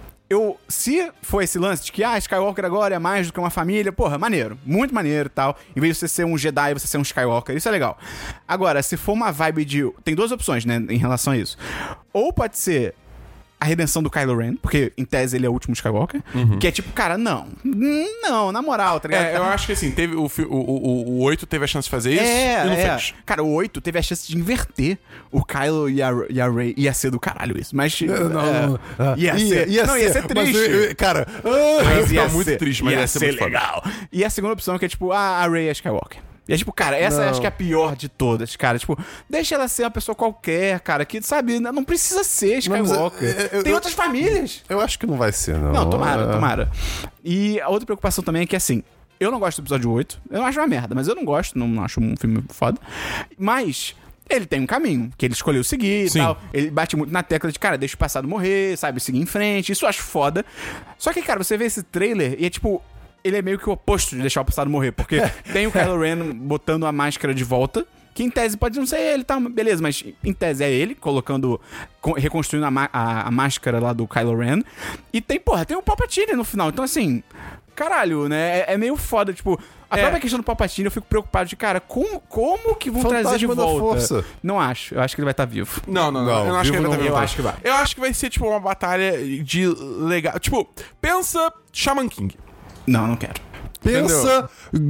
Eu, se for esse lance de que, ah, Skywalker agora é mais do que uma família, porra, maneiro, muito maneiro e tal. Em vez de você ser um Jedi, você ser um Skywalker, isso é legal. Agora, se for uma vibe de... Tem duas opções, né, em relação a isso. Ou pode ser a redenção do Kylo Ren, porque em tese ele é o último Skywalker, que é tipo, cara, não, não, na moral, tá ligado? É, eu acho que assim, teve o, fi- o, o, o oito teve a chance de fazer isso É, e não é. fez. Cara, o oito teve a chance de inverter o Kylo e a, e a Rey. Ia ser do caralho isso, mas... Não, é, não, ah, ia, ser, não, ia ser mas, triste. eh, cara, ah, Mas Ia ia ficar muito ser, triste, mas ia ia ser ser muito foda. legal. E a segunda opção que é tipo, ah, a Rey é Skywalker. E é tipo, cara, essa Não. acho que é a pior de todas, cara. Tipo, deixa ela ser uma pessoa qualquer, cara, que, sabe, não precisa ser Skywalker. Mas, é, é, eu- Tem eu- outras famílias. eu acho que não vai ser, não. Não, tomara, É. tomara. E a outra preocupação também é que, assim, eu não gosto do episódio oito. Eu não acho uma merda, mas eu não gosto, não, não acho um filme foda. Mas... Ele tem um caminho que ele escolheu seguir e Sim. tal. Ele bate muito na tecla de, cara, deixa o passado morrer, sabe? Seguir em frente. Isso eu acho foda. Só que, cara, você vê esse trailer e é tipo... Ele é meio que o oposto de deixar o passado morrer. Porque tem o Kylo Ren botando a máscara de volta, que em tese pode não ser ele, tá? Beleza, mas em tese é ele, colocando, co- reconstruindo a, ma- a, a máscara lá do Kylo Ren. E tem, porra, tem o Palpatine no final. Então, assim, caralho, né? É, é meio foda, tipo... A É. própria questão do Palpatine, eu fico preocupado de, cara, como, como que vão Fantasma trazer de da volta? Força. Não acho. Eu acho que ele vai estar vivo. Não, não, não. Não, eu não acho que vivo ele vai não- estar eu vivo. acho que vai. Eu acho que vai ser, tipo, uma batalha de legal. Tipo, pensa Shaman King. Não, não quero. Pensa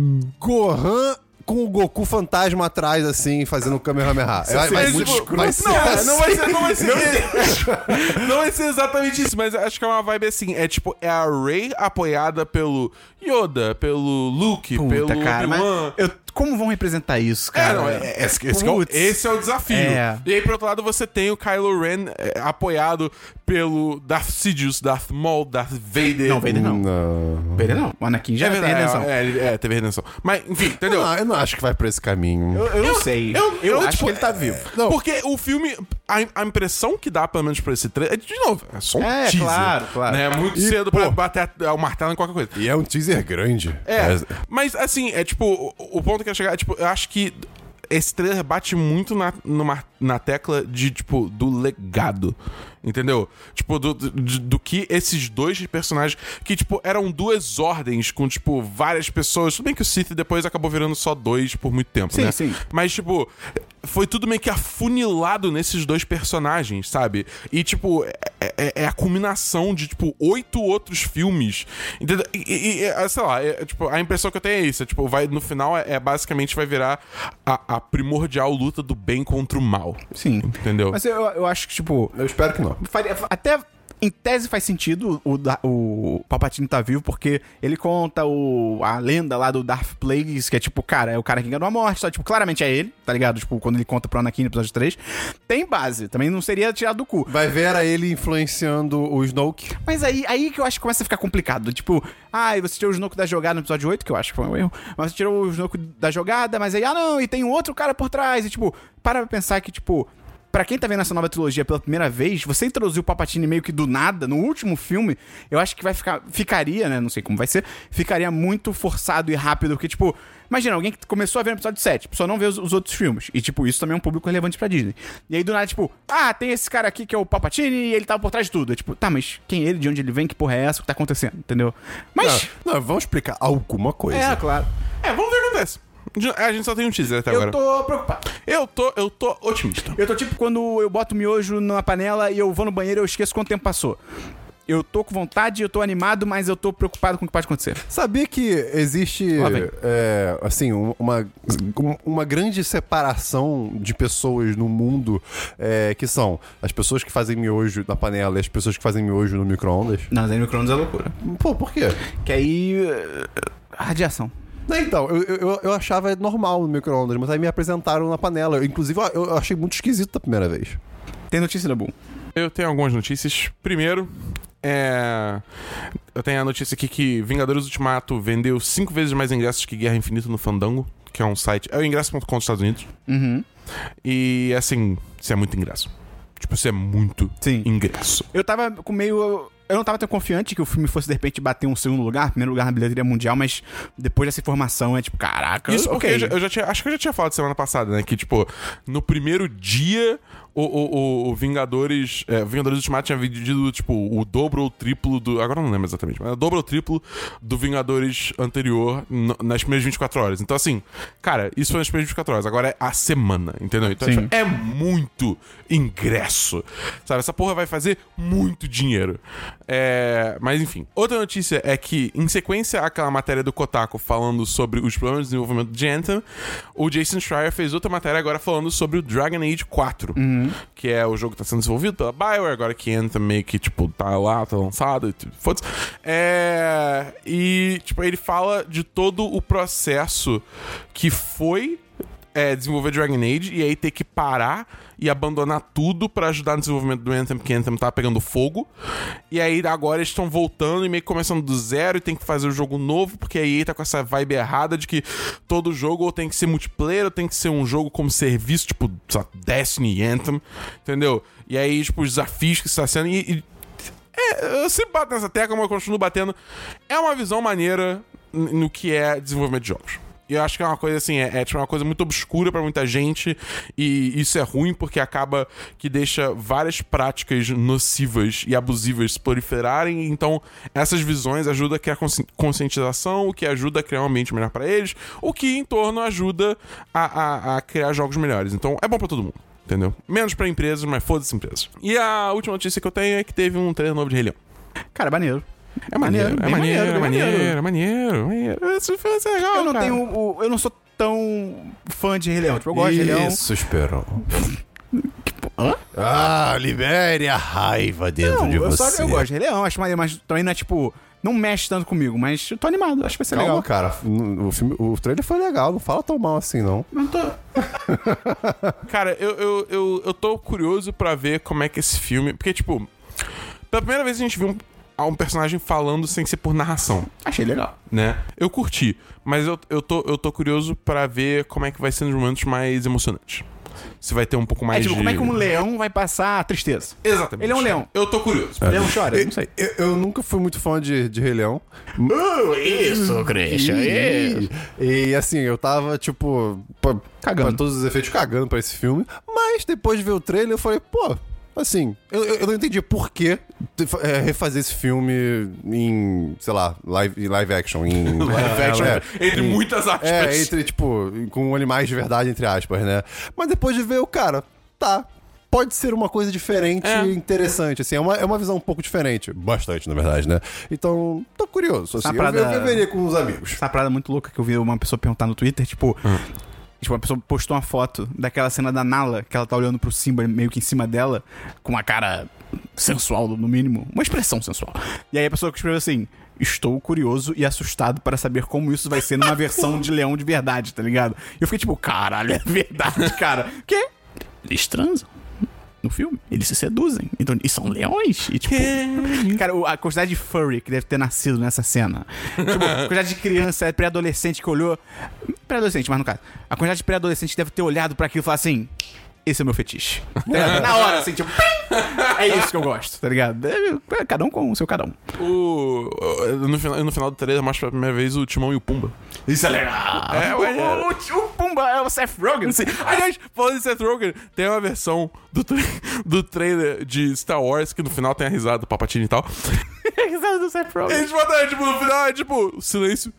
Gohan com o Goku fantasma atrás, assim, fazendo o Kamehameha. Vai, vai, É, muito tipo, escuro. Vai ser não, assim. não vai ser, não vai ser, não vai ser exatamente isso, mas acho que é uma vibe assim, é tipo, é a Rey apoiada pelo Yoda, pelo Luke, pelo Puta, cara, mas Obi-Wan. eu, como vão representar isso, É, cara? não, é, é, esse, esse que é o, Putz. esse é o desafio. É. E aí, por outro lado, você tem o Kylo Ren é, apoiado pelo Darth Sidious, Darth Maul, Darth Vader. Não, Vader não. Não. Vader não. O Anakin já É tem verdade, redenção. é, é, é, teve redenção. Mas, enfim, entendeu? Ah, eu não acho que vai pra esse caminho. Eu, eu não sei. eu- Eu, eu, acho tipo, que ele tá vivo. Não. Porque o filme, a, a impressão que dá, pelo menos pra esse trailer, é de novo, é só um É, teaser. claro, claro. Né? É muito E, cedo pô, pra bater a- o martelo em qualquer coisa. E é um teaser grande. É, mas assim, é tipo, o, o ponto que eu quero chegar é, tipo, eu acho que esse trailer bate muito na, numa, na tecla de, tipo, do legado. Entendeu? Tipo, do, do, do que esses dois personagens, que, tipo, eram duas ordens com, tipo, várias pessoas. Tudo bem que o Sith depois acabou virando só dois por muito tempo, Sim, né? sim. Mas, tipo, foi tudo meio que afunilado nesses dois personagens, sabe? E, tipo, é, é- é a culminação de, tipo, oito outros filmes. Entendeu? E, e- e, sei lá, é, tipo, a impressão que eu tenho é isso. É, tipo, vai, no final, é, é basicamente vai virar a, a primordial luta do bem contra o mal. Sim. Entendeu? Mas eu, eu acho que, tipo... Eu espero que não. faria- até em tese faz sentido o, da- o Palpatine tá vivo, porque ele conta o, a lenda lá do Darth Plagueis, que é tipo, cara, é o cara que enganou a morte, só, tipo, claramente é ele, tá ligado? Tipo, quando ele conta pro Anakin no episódio três. Tem base, também não seria tirado do cu. Vai ver a ele influenciando o Snoke. Mas aí, aí que eu acho que começa a ficar complicado. Tipo, ah, e você tirou o Snoke da jogada no episódio oito, que eu acho que foi um erro. Mas você tirou o Snoke da jogada, mas aí, ah, não, e tem um outro cara por trás. E, tipo, para pra pensar que, tipo, pra quem tá vendo essa nova trilogia pela primeira vez, você introduziu o Palpatine meio que do nada, no último filme, eu acho que vai ficar, ficaria, né, não sei como vai ser, ficaria muito forçado e rápido, porque, tipo, imagina, alguém que começou a ver no episódio sete, a pessoa não vê os, os outros filmes, e, tipo, isso também é um público relevante pra Disney. E aí, do nada, tipo, ah, tem esse cara aqui que é o Palpatine e ele tava por trás de tudo. É, tipo, tá, mas quem é ele, de onde ele vem, que porra é essa, o que tá acontecendo, entendeu? Mas, Não, não, vamos explicar alguma coisa. é, claro. É, vamos ver o que acontece. A gente só tem um teaser até agora. Eu tô preocupado. Eu tô, eu tô otimista. Eu tô tipo quando eu boto miojo na panela e eu vou no banheiro e eu esqueço quanto tempo passou. Eu tô com vontade, eu tô animado, mas eu tô preocupado com o que pode acontecer. Sabia que existe, Lá vem. é, assim, um- uma, um- uma grande separação de pessoas no mundo, é, que são as pessoas que fazem miojo na panela e as pessoas que fazem miojo no micro-ondas? Não, mas aí no micro-ondas é loucura. Pô, por quê? Que aí... eh, radiação. Não, então, eu, eu, eu achava normal no micro-ondas, mas aí me apresentaram na panela. Eu, inclusive, eu, eu achei muito esquisito da primeira vez. Tem notícia da Boom. Eu tenho algumas notícias. Primeiro, é... eu tenho a notícia aqui que Vingadores Ultimato vendeu cinco vezes mais ingressos que Guerra Infinita no Fandango, que é um site... É o ingresso ponto com dos Estados Unidos. Uhum. E, assim, isso é muito ingresso. Tipo, isso é muito Sim. ingresso. Eu tava com meio... Eu não tava tão confiante que o filme fosse, de repente, bater um segundo lugar, primeiro lugar na bilheteria mundial, mas depois dessa informação é tipo, caraca, Isso porque ok. eu, já, eu já tinha... Acho que eu já tinha falado semana passada, né? Que, tipo, no primeiro dia... O, o, o- o Vingadores. É, Vingadores Ultimato tinha vendido, tipo, o dobro ou o triplo do. Agora eu não lembro exatamente, mas o dobro ou o triplo do Vingadores anterior n- nas primeiras vinte e quatro horas. Então, assim, cara, isso foi nas primeiras vinte e quatro horas. Agora é a semana, entendeu? Então, Sim. tipo, é muito ingresso. Sabe? Essa porra vai fazer muito dinheiro. É, mas, enfim. Outra notícia é que, em sequência àquela matéria do Kotaku falando sobre os problemas de desenvolvimento de Anthem, o Jason Schreier fez outra matéria agora falando sobre o Dragon Age quatro. Que é o jogo que tá sendo desenvolvido pela BioWare, agora que Anthem meio que, tipo, tá lá, tá lançado, e tipo, foda-se. É... E, tipo, ele fala de todo o processo que foi é, desenvolver Dragon Age e aí ter que parar e abandonar tudo pra ajudar no desenvolvimento do Anthem, porque Anthem tá pegando fogo. E aí agora eles estão voltando e meio que começando do zero e tem que fazer o jogo novo, porque a E A tá com essa vibe errada de que todo jogo ou tem que ser multiplayer ou tem que ser um jogo como serviço, tipo, sei lá, Destiny e Anthem, entendeu? E aí, tipo, os desafios que está sendo... E, e, é, eu sempre bato nessa tecla, mas eu continuo batendo. É uma visão maneira n- no que é desenvolvimento de jogos. E eu acho que é uma coisa assim, é, é tipo uma coisa muito obscura pra muita gente, e isso é ruim porque acaba que deixa várias práticas nocivas e abusivas se proliferarem. Então, essas visões ajudam a criar consci- conscientização, o que ajuda a criar um ambiente melhor pra eles, o que em torno ajuda a, a, a criar jogos melhores. Então, é bom pra todo mundo. Entendeu? Menos pra empresas, mas foda-se empresas. E a última notícia que eu tenho é que teve um trailer novo de Rei Leão. Cara, maneiro. É maneiro, Maneiro, é bem maneiro, maneiro, é bem maneiro, maneiro. é maneiro, é maneiro. Esse filme vai ser legal, Eu não cara. tenho o, eu não sou tão fã de Rei Leão. Tipo, eu gosto de Rei Leão. Isso, Esperão. Hã? Ah, libere a raiva dentro Não, de eu, você. só, eu gosto de Rei Leão, acho maneiro, mas também não é tipo... Não mexe tanto comigo, mas eu tô animado, acho que vai ser Calma, legal. cara. O, filme, o trailer foi legal, não fala tão mal assim, não. Não tô... Cara, eu, eu, eu, eu tô curioso pra ver como é que esse filme... Porque, tipo, pela primeira vez a gente viu um, um personagem falando sem ser por narração, Achei legal. né? Eu curti, mas eu, eu, tô, eu tô curioso pra ver como é que vai ser nos momentos mais emocionantes. Se vai ter um pouco mais É tipo, de... como é que um leão vai passar a tristeza? Exatamente. Ele é um leão. Eu tô curioso. Leão chora? Não sei. Eu, eu nunca fui muito fã de, de Rei Leão. Isso, Christian, E, e assim, eu tava, tipo, pra, Cagando. pra todos os efeitos, cagando pra esse filme. Mas depois de ver o trailer, eu falei, pô, assim, eu, eu eu não entendi por que é, refazer esse filme em, sei lá, live, em live action. Em, Live action, é, entre em- muitas aspas. É, entre, tipo, com animais de verdade, entre aspas, né? Mas depois de ver o cara, tá. Pode ser uma coisa diferente É. e interessante, assim. É uma, é uma visão um pouco diferente. Bastante, na verdade, né? Então, tô curioso, assim. Essa Eu, parada- eu, eu veria com os amigos. Essa parada muito louca que eu vi uma pessoa perguntar no Twitter, tipo... Tipo, uma pessoa postou uma foto daquela cena da Nala, que ela tá olhando pro Simba meio que em cima dela, com uma cara sensual, no mínimo. Uma expressão sensual. E aí a pessoa que escreveu assim... Estou curioso e assustado para saber como isso vai ser numa versão de leão de verdade, tá ligado? E eu fiquei tipo, caralho, é verdade, cara. Quê? Eles transam no filme, eles se seduzem. Então, e são leões. E tipo, cara, o- a quantidade de furry que deve ter nascido nessa cena. Tipo, a quantidade de criança pré-adolescente que olhou. Pré-adolescente, mas no caso. A quantidade de pré-adolescente que deve ter olhado pra aquilo e falar assim. Esse é o meu fetiche. Tá ligado? Na hora, assim, tipo. É isso que eu gosto, tá ligado? É, cada um com o seu cada um. O, o- no, final, no final do trailer mostra pela primeira vez o Timão e o Pumba. Isso é legal. É, o, ué, o, o, o Pumba é o Seth Rogen. Sim. Aliás, falando de Seth Rogen, tem uma versão do, tra- do trailer de Star Wars que no final tem a risada do Palpatine e tal. É a risada do Seth Rogen. Eles botaram, tipo, no final é tipo, silêncio.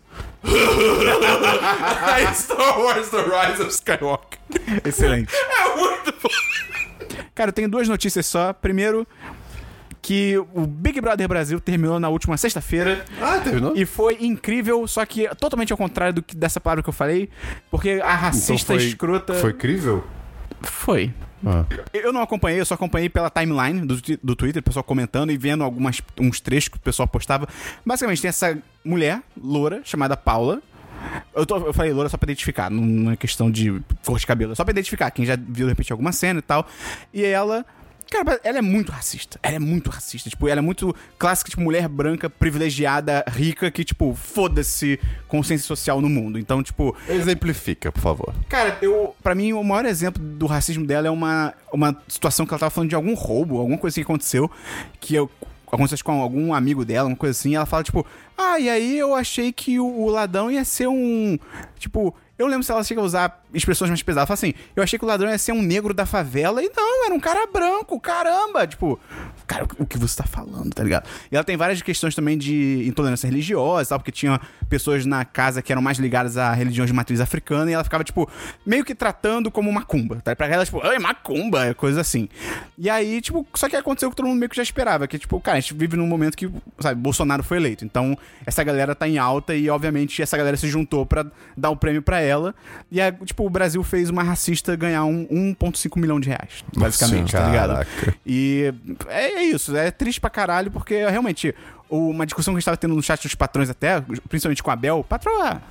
Aí Star Wars The Rise of Skywalker. Excelente. É muito bom. Cara, eu tenho duas notícias só. Primeiro, que o Big Brother Brasil terminou na última sexta-feira. Ah, terminou? E foi incrível, só que totalmente ao contrário do que, dessa palavra que eu falei. Porque a racista escrota... Foi crível? Foi. Ah. Eu não acompanhei, eu só acompanhei pela timeline do, twi- do Twitter, o pessoal comentando e vendo algumas, uns trechos que o pessoal postava. Basicamente, tem essa mulher, loura, chamada Paula. Eu, tô- eu falei loura só pra identificar, não, não é questão de cor de cabelo, é só pra identificar quem já viu de repente alguma cena e tal. E ela... Cara, ela é muito racista. Ela é muito racista. Tipo, ela é muito clássica, tipo, mulher branca, privilegiada, rica, que, tipo, foda-se consciência social no mundo. Então, tipo... Exemplifica, por favor. Cara, eu... Pra mim, o maior exemplo do racismo dela é uma, uma situação que ela tava falando de algum roubo, alguma coisa assim que aconteceu, que eu... aconteceu com algum amigo dela, uma coisa assim, e ela fala, tipo... Ah, e aí eu achei que o, o ladrão ia ser um... Tipo... Eu lembro se ela chega a usar expressões mais pesadas. Ela fala assim, eu achei que o ladrão ia ser um negro da favela. E não, era um cara branco, caramba. Tipo, cara, o que você tá falando, tá ligado? E ela tem várias questões também de intolerância religiosa e tal, porque tinha pessoas na casa que eram mais ligadas a religiões de matriz africana. E ela ficava, tipo, meio que tratando como macumba, tá? Pra ela, tipo, ai, macumba, coisa assim. E aí, tipo, só que aconteceu o que todo mundo meio que já esperava. Que, tipo, cara, a gente vive num momento que, sabe, Bolsonaro foi eleito. Então, essa galera tá em alta e, obviamente, essa galera se juntou pra dar o prêmio pra ela. Ela, e aí, tipo, o Brasil fez uma racista ganhar um um vírgula cinco milhão de reais, basicamente, Nossa, tá ligado? caraca. E é, é isso, é triste pra caralho, porque realmente, uma discussão que a gente tava tendo no chat dos patrões até, principalmente com a Bel, patroa,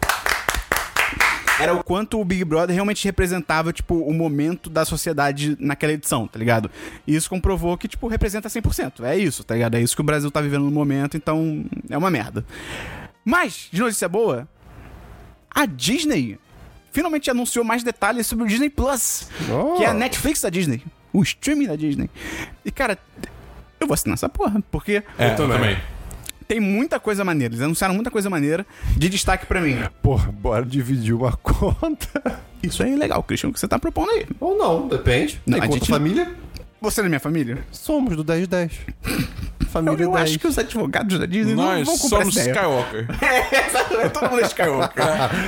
era o quanto o Big Brother realmente representava, tipo, o momento da sociedade naquela edição, tá ligado? E isso comprovou que, tipo, representa cem por cento. É isso, tá ligado? É isso que o Brasil tá vivendo no momento, então é uma merda. Mas, de notícia boa, a Disney finalmente anunciou mais detalhes sobre o Disney Plus, Oh. que é a Netflix da Disney, o streaming da Disney. E, cara, eu vou assinar essa porra, porque É, eu também. tem muita coisa maneira. Eles anunciaram muita coisa maneira de destaque pra mim. Porra, bora dividir uma conta. Isso aí é legal, Christian, o que você tá propondo aí. Ou não, depende. Não, Tem a conta gente- família? Você é da minha família? Somos do dez dez. Eu, Família eu dez. acho que os advogados da Disney não Nós vão comprar somos essa ideia. Skywalker. É, todo mundo é Skywalker.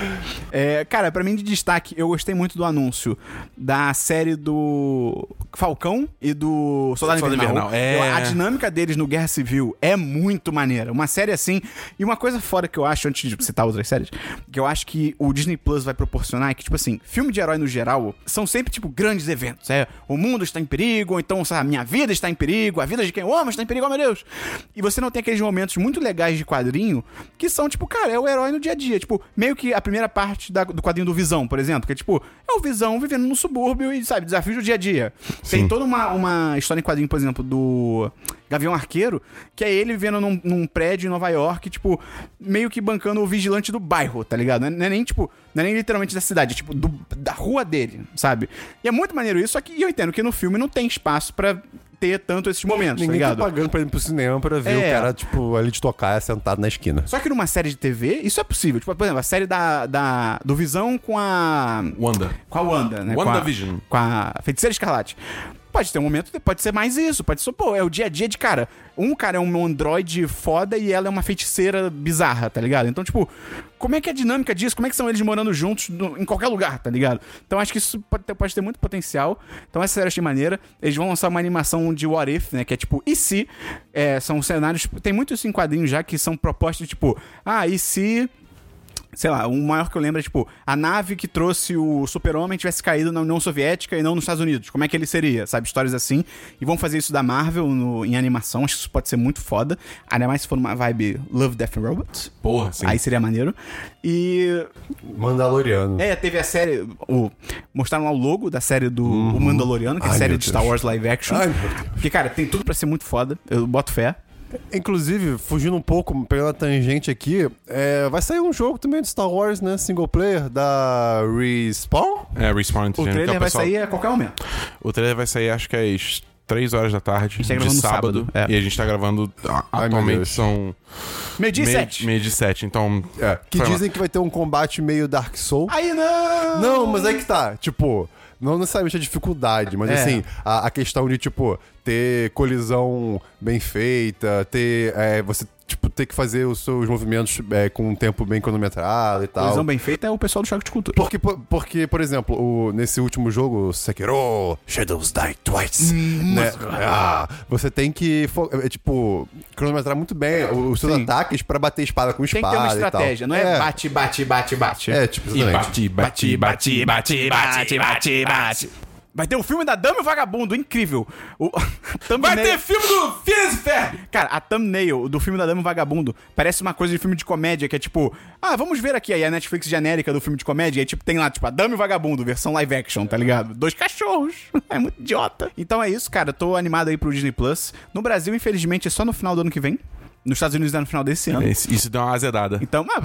É, cara, pra mim de destaque, eu gostei muito do anúncio da série do Falcão e do Soldado Soldado Invernal. Invernal, é. Eu- a dinâmica deles no Guerra Civil é muito maneira. Uma série assim. E uma coisa fora que eu acho, antes de citar outras séries, que eu acho que o Disney Plus vai proporcionar é que, tipo assim, filme de herói no geral são sempre, tipo, grandes eventos. É, o mundo está em perigo, ou então, sabe, a minha vida está em perigo, a vida de quem eu amo está em perigo, oh meu Deus. E você não tem aqueles momentos muito legais de quadrinho que são, tipo, cara, é o herói no dia a dia. Tipo, meio que a primeira parte da- do quadrinho do Visão, por exemplo, que é tipo, é o Visão vivendo no subúrbio e, sabe, desafios do dia a dia. Tem toda uma, uma história em quadrinho, por exemplo, do Gavião Arqueiro, que é ele vivendo num, num prédio em Nova York, tipo, meio que bancando o vigilante do bairro, tá ligado? Não é, não é nem, tipo, não é nem literalmente da cidade, é tipo, do- da rua dele, sabe? E é muito maneiro isso, só que eu entendo que no filme não tem espaço pra ter tanto esses momentos, Ninguém tá tá ligado? pagando pra ir pro cinema pra ver É. o cara, tipo, ali de tocar sentado na esquina. Só que numa série de T V, isso é possível. Tipo, por exemplo, a série da, da, do Visão com a... Wanda. Com a Wanda, né? WandaVision. Com a, com a Feiticeira Escarlate. Pode ter um momento, pode ser mais isso. Pode ser, pô, é o dia a dia de, cara... Um cara é um androide foda e ela é uma feiticeira bizarra, tá ligado? Então, tipo, como é que é a dinâmica disso? Como é que são eles morando juntos no- em qualquer lugar, tá ligado? Então, acho que isso pode ter, pode ter muito potencial. Então, essa série eu achei maneira. Eles vão lançar uma animação de What If, né? Que é tipo, e se? É, são cenários... Tem muito isso em quadrinhos já, que são propostas, tipo... Ah, e se... Sei lá, o maior que eu lembro é, tipo, a nave que trouxe o Super-Homem tivesse caído na União Soviética e não nos Estados Unidos. Como é que ele seria? Sabe, histórias assim. E vão fazer isso da Marvel no- em animação. Acho que isso pode ser muito foda. Ainda mais se for numa vibe Love, Death and Robots. Porra, sim. Aí seria maneiro. E... Mandaloriano. É, teve a série... O, mostraram lá o logo da série do o Mandaloriano, que é a Ai, série meu de Deus. Star Wars live action. Ai, meu Deus. Porque, cara, tem tudo pra ser muito foda. Eu boto fé. Inclusive, fugindo um pouco, pegando a tangente aqui, é, vai sair um jogo também de Star Wars, né? Single player, da Respawn? É, Respawn O Entertainment, que é trailer vai pessoal- sair a qualquer momento. O trailer vai sair, acho que às três horas da tarde, gente tá de gravando no sábado. sábado, é. E a gente tá gravando... a- Ai, meu atualmente Deus. são... Meio-dia e meio- sete. Meio de sete, então... É, que foi lá. dizem que vai ter um combate meio Dark Souls. Aí não! Não, mas é que tá, tipo, não necessariamente a dificuldade, mas É. assim, a, a questão de, tipo, ter colisão bem feita, ter. É, você, tipo, ter que fazer os seus movimentos é, com um tempo bem cronometrado e tal. Colisão bem feita é o pessoal do Choque de Cultura. Porque, por- porque, por exemplo, o- nesse último jogo, Sekiro, Shadows Die Twice, né? Ah, você tem que, fo- é, tipo, cronometrar muito bem os seus Sim. ataques pra bater espada com Tem que espada ter uma e tal. estratégia, não é, bate, bate, bate, bate. É, tipo, E exatamente. bate, bate, bate, bate, bate, bate, bate. Vai ter um filme da Dama e o Vagabundo, incrível. O Vai thumbnail- ter filme do Phineas e Ferb! Cara, a thumbnail do filme da Dama e o Vagabundo parece uma coisa de filme de comédia, que é tipo... Ah, vamos ver aqui aí a Netflix genérica do filme de comédia. E aí, tipo, tem lá, tipo, a Dama e o Vagabundo, versão live action, tá ligado? Dois cachorros. É muito idiota. Então é isso, cara. Eu tô animado aí pro Disney Plus. No Brasil, infelizmente, é só no final do ano que vem. Nos Estados Unidos é no final desse ano. Isso, isso deu uma azedada. Então, ah,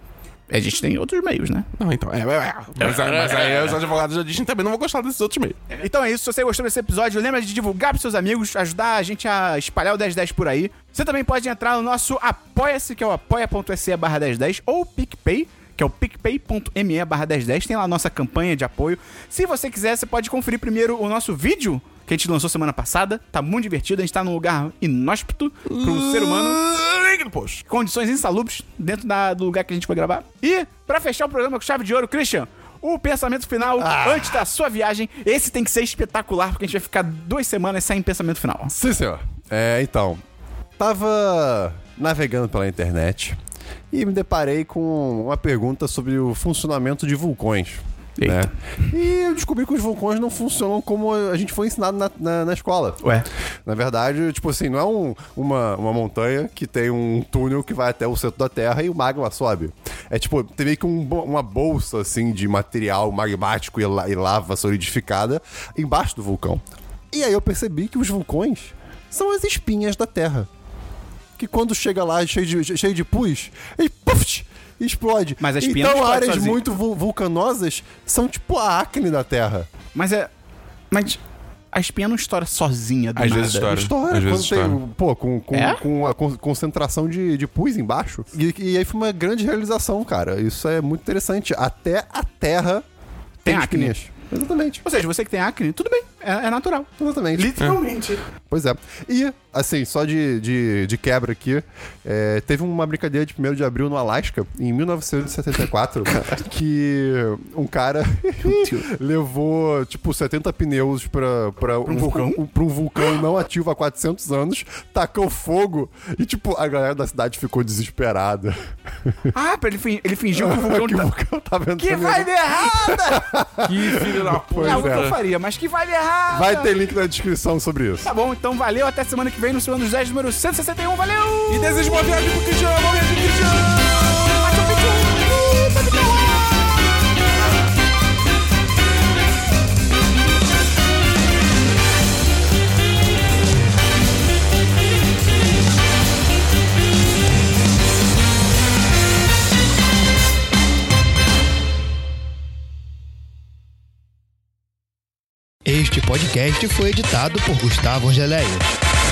a gente tem outros meios, né? Não, então, é, é, é. Mas, mas aí os advogados da Disney também não vão gostar desses outros meios. Então é isso, se você gostou desse episódio, lembra de divulgar pros seus amigos, ajudar a gente a espalhar o dez dez por aí. Você também pode entrar no nosso Apoia-se, que é o apoia.se barra dez dez, ou o PicPay, que é o picpay.me barra dez dez, tem lá a nossa campanha de apoio. Se você quiser, você pode conferir primeiro o nosso vídeo, que a gente lançou semana passada, tá muito divertido, a gente tá num lugar inóspito pro ser humano. Link no post. Condições insalubres dentro da- do lugar que a gente foi gravar. E, pra fechar o programa com chave de ouro, Christian, o pensamento final antes da sua viagem. Esse tem que ser espetacular, porque a gente vai ficar duas semanas sem pensamento final. Sim, senhor. É, então, tava navegando pela internet e me deparei com uma pergunta sobre o funcionamento de vulcões. Né? Eita. E eu descobri que os vulcões não funcionam como a gente foi ensinado na, na, na escola. Ué. Na verdade, tipo assim, não é um- uma, uma montanha que tem um túnel que vai até o centro da Terra e o magma sobe. É tipo, tem meio que um bo- uma bolsa, assim, de material magmático e, la- e lava solidificada embaixo do vulcão. E aí eu percebi que os vulcões são as espinhas da Terra. Que quando chega lá cheio de, cheio de pus, ele puff, explode. Mas a espinha não então explode áreas sozinha. muito vul- vulcanosas são tipo a acne da Terra. Mas é... Mas... a espinha não estoura sozinha do Às nada. vezes estoura. História, Às quando vezes tem, estoura. pô, com, com, É? com a con- concentração de, de pus embaixo. E, e aí foi uma grande realização, cara. Isso é muito interessante. Até a Terra Tem tem acne. espinhas. Exatamente. Ou seja, você que tem acne, tudo bem, é, é natural. Exatamente. Literalmente. Pois é. E, assim, só de, de, de quebra aqui, é, teve uma brincadeira de primeiro de abril no Alasca, em mil novecentos e setenta e quatro, que um cara levou, tipo, setenta pneus pra, pra, um, vulcão? um- pra um vulcão não ativo há quatrocentos anos, tacou fogo e, tipo, a galera da cidade ficou desesperada. Ah, pra ele, fin- ele fingiu que o vulcão que o tá... vulcão tava entrando. Que vai de errada! Que filho da puta. É o que eu é. faria, mas que vai de errada! Vai ter link na descrição sobre isso. Tá bom, então valeu, até semana que vem no seu ano dos dez, número cento e sessenta e um, valeu! E desejo uma viagem pro Cristiano, uma viagem pro Cristiano. Este podcast foi editado por Gustavo Angeléia.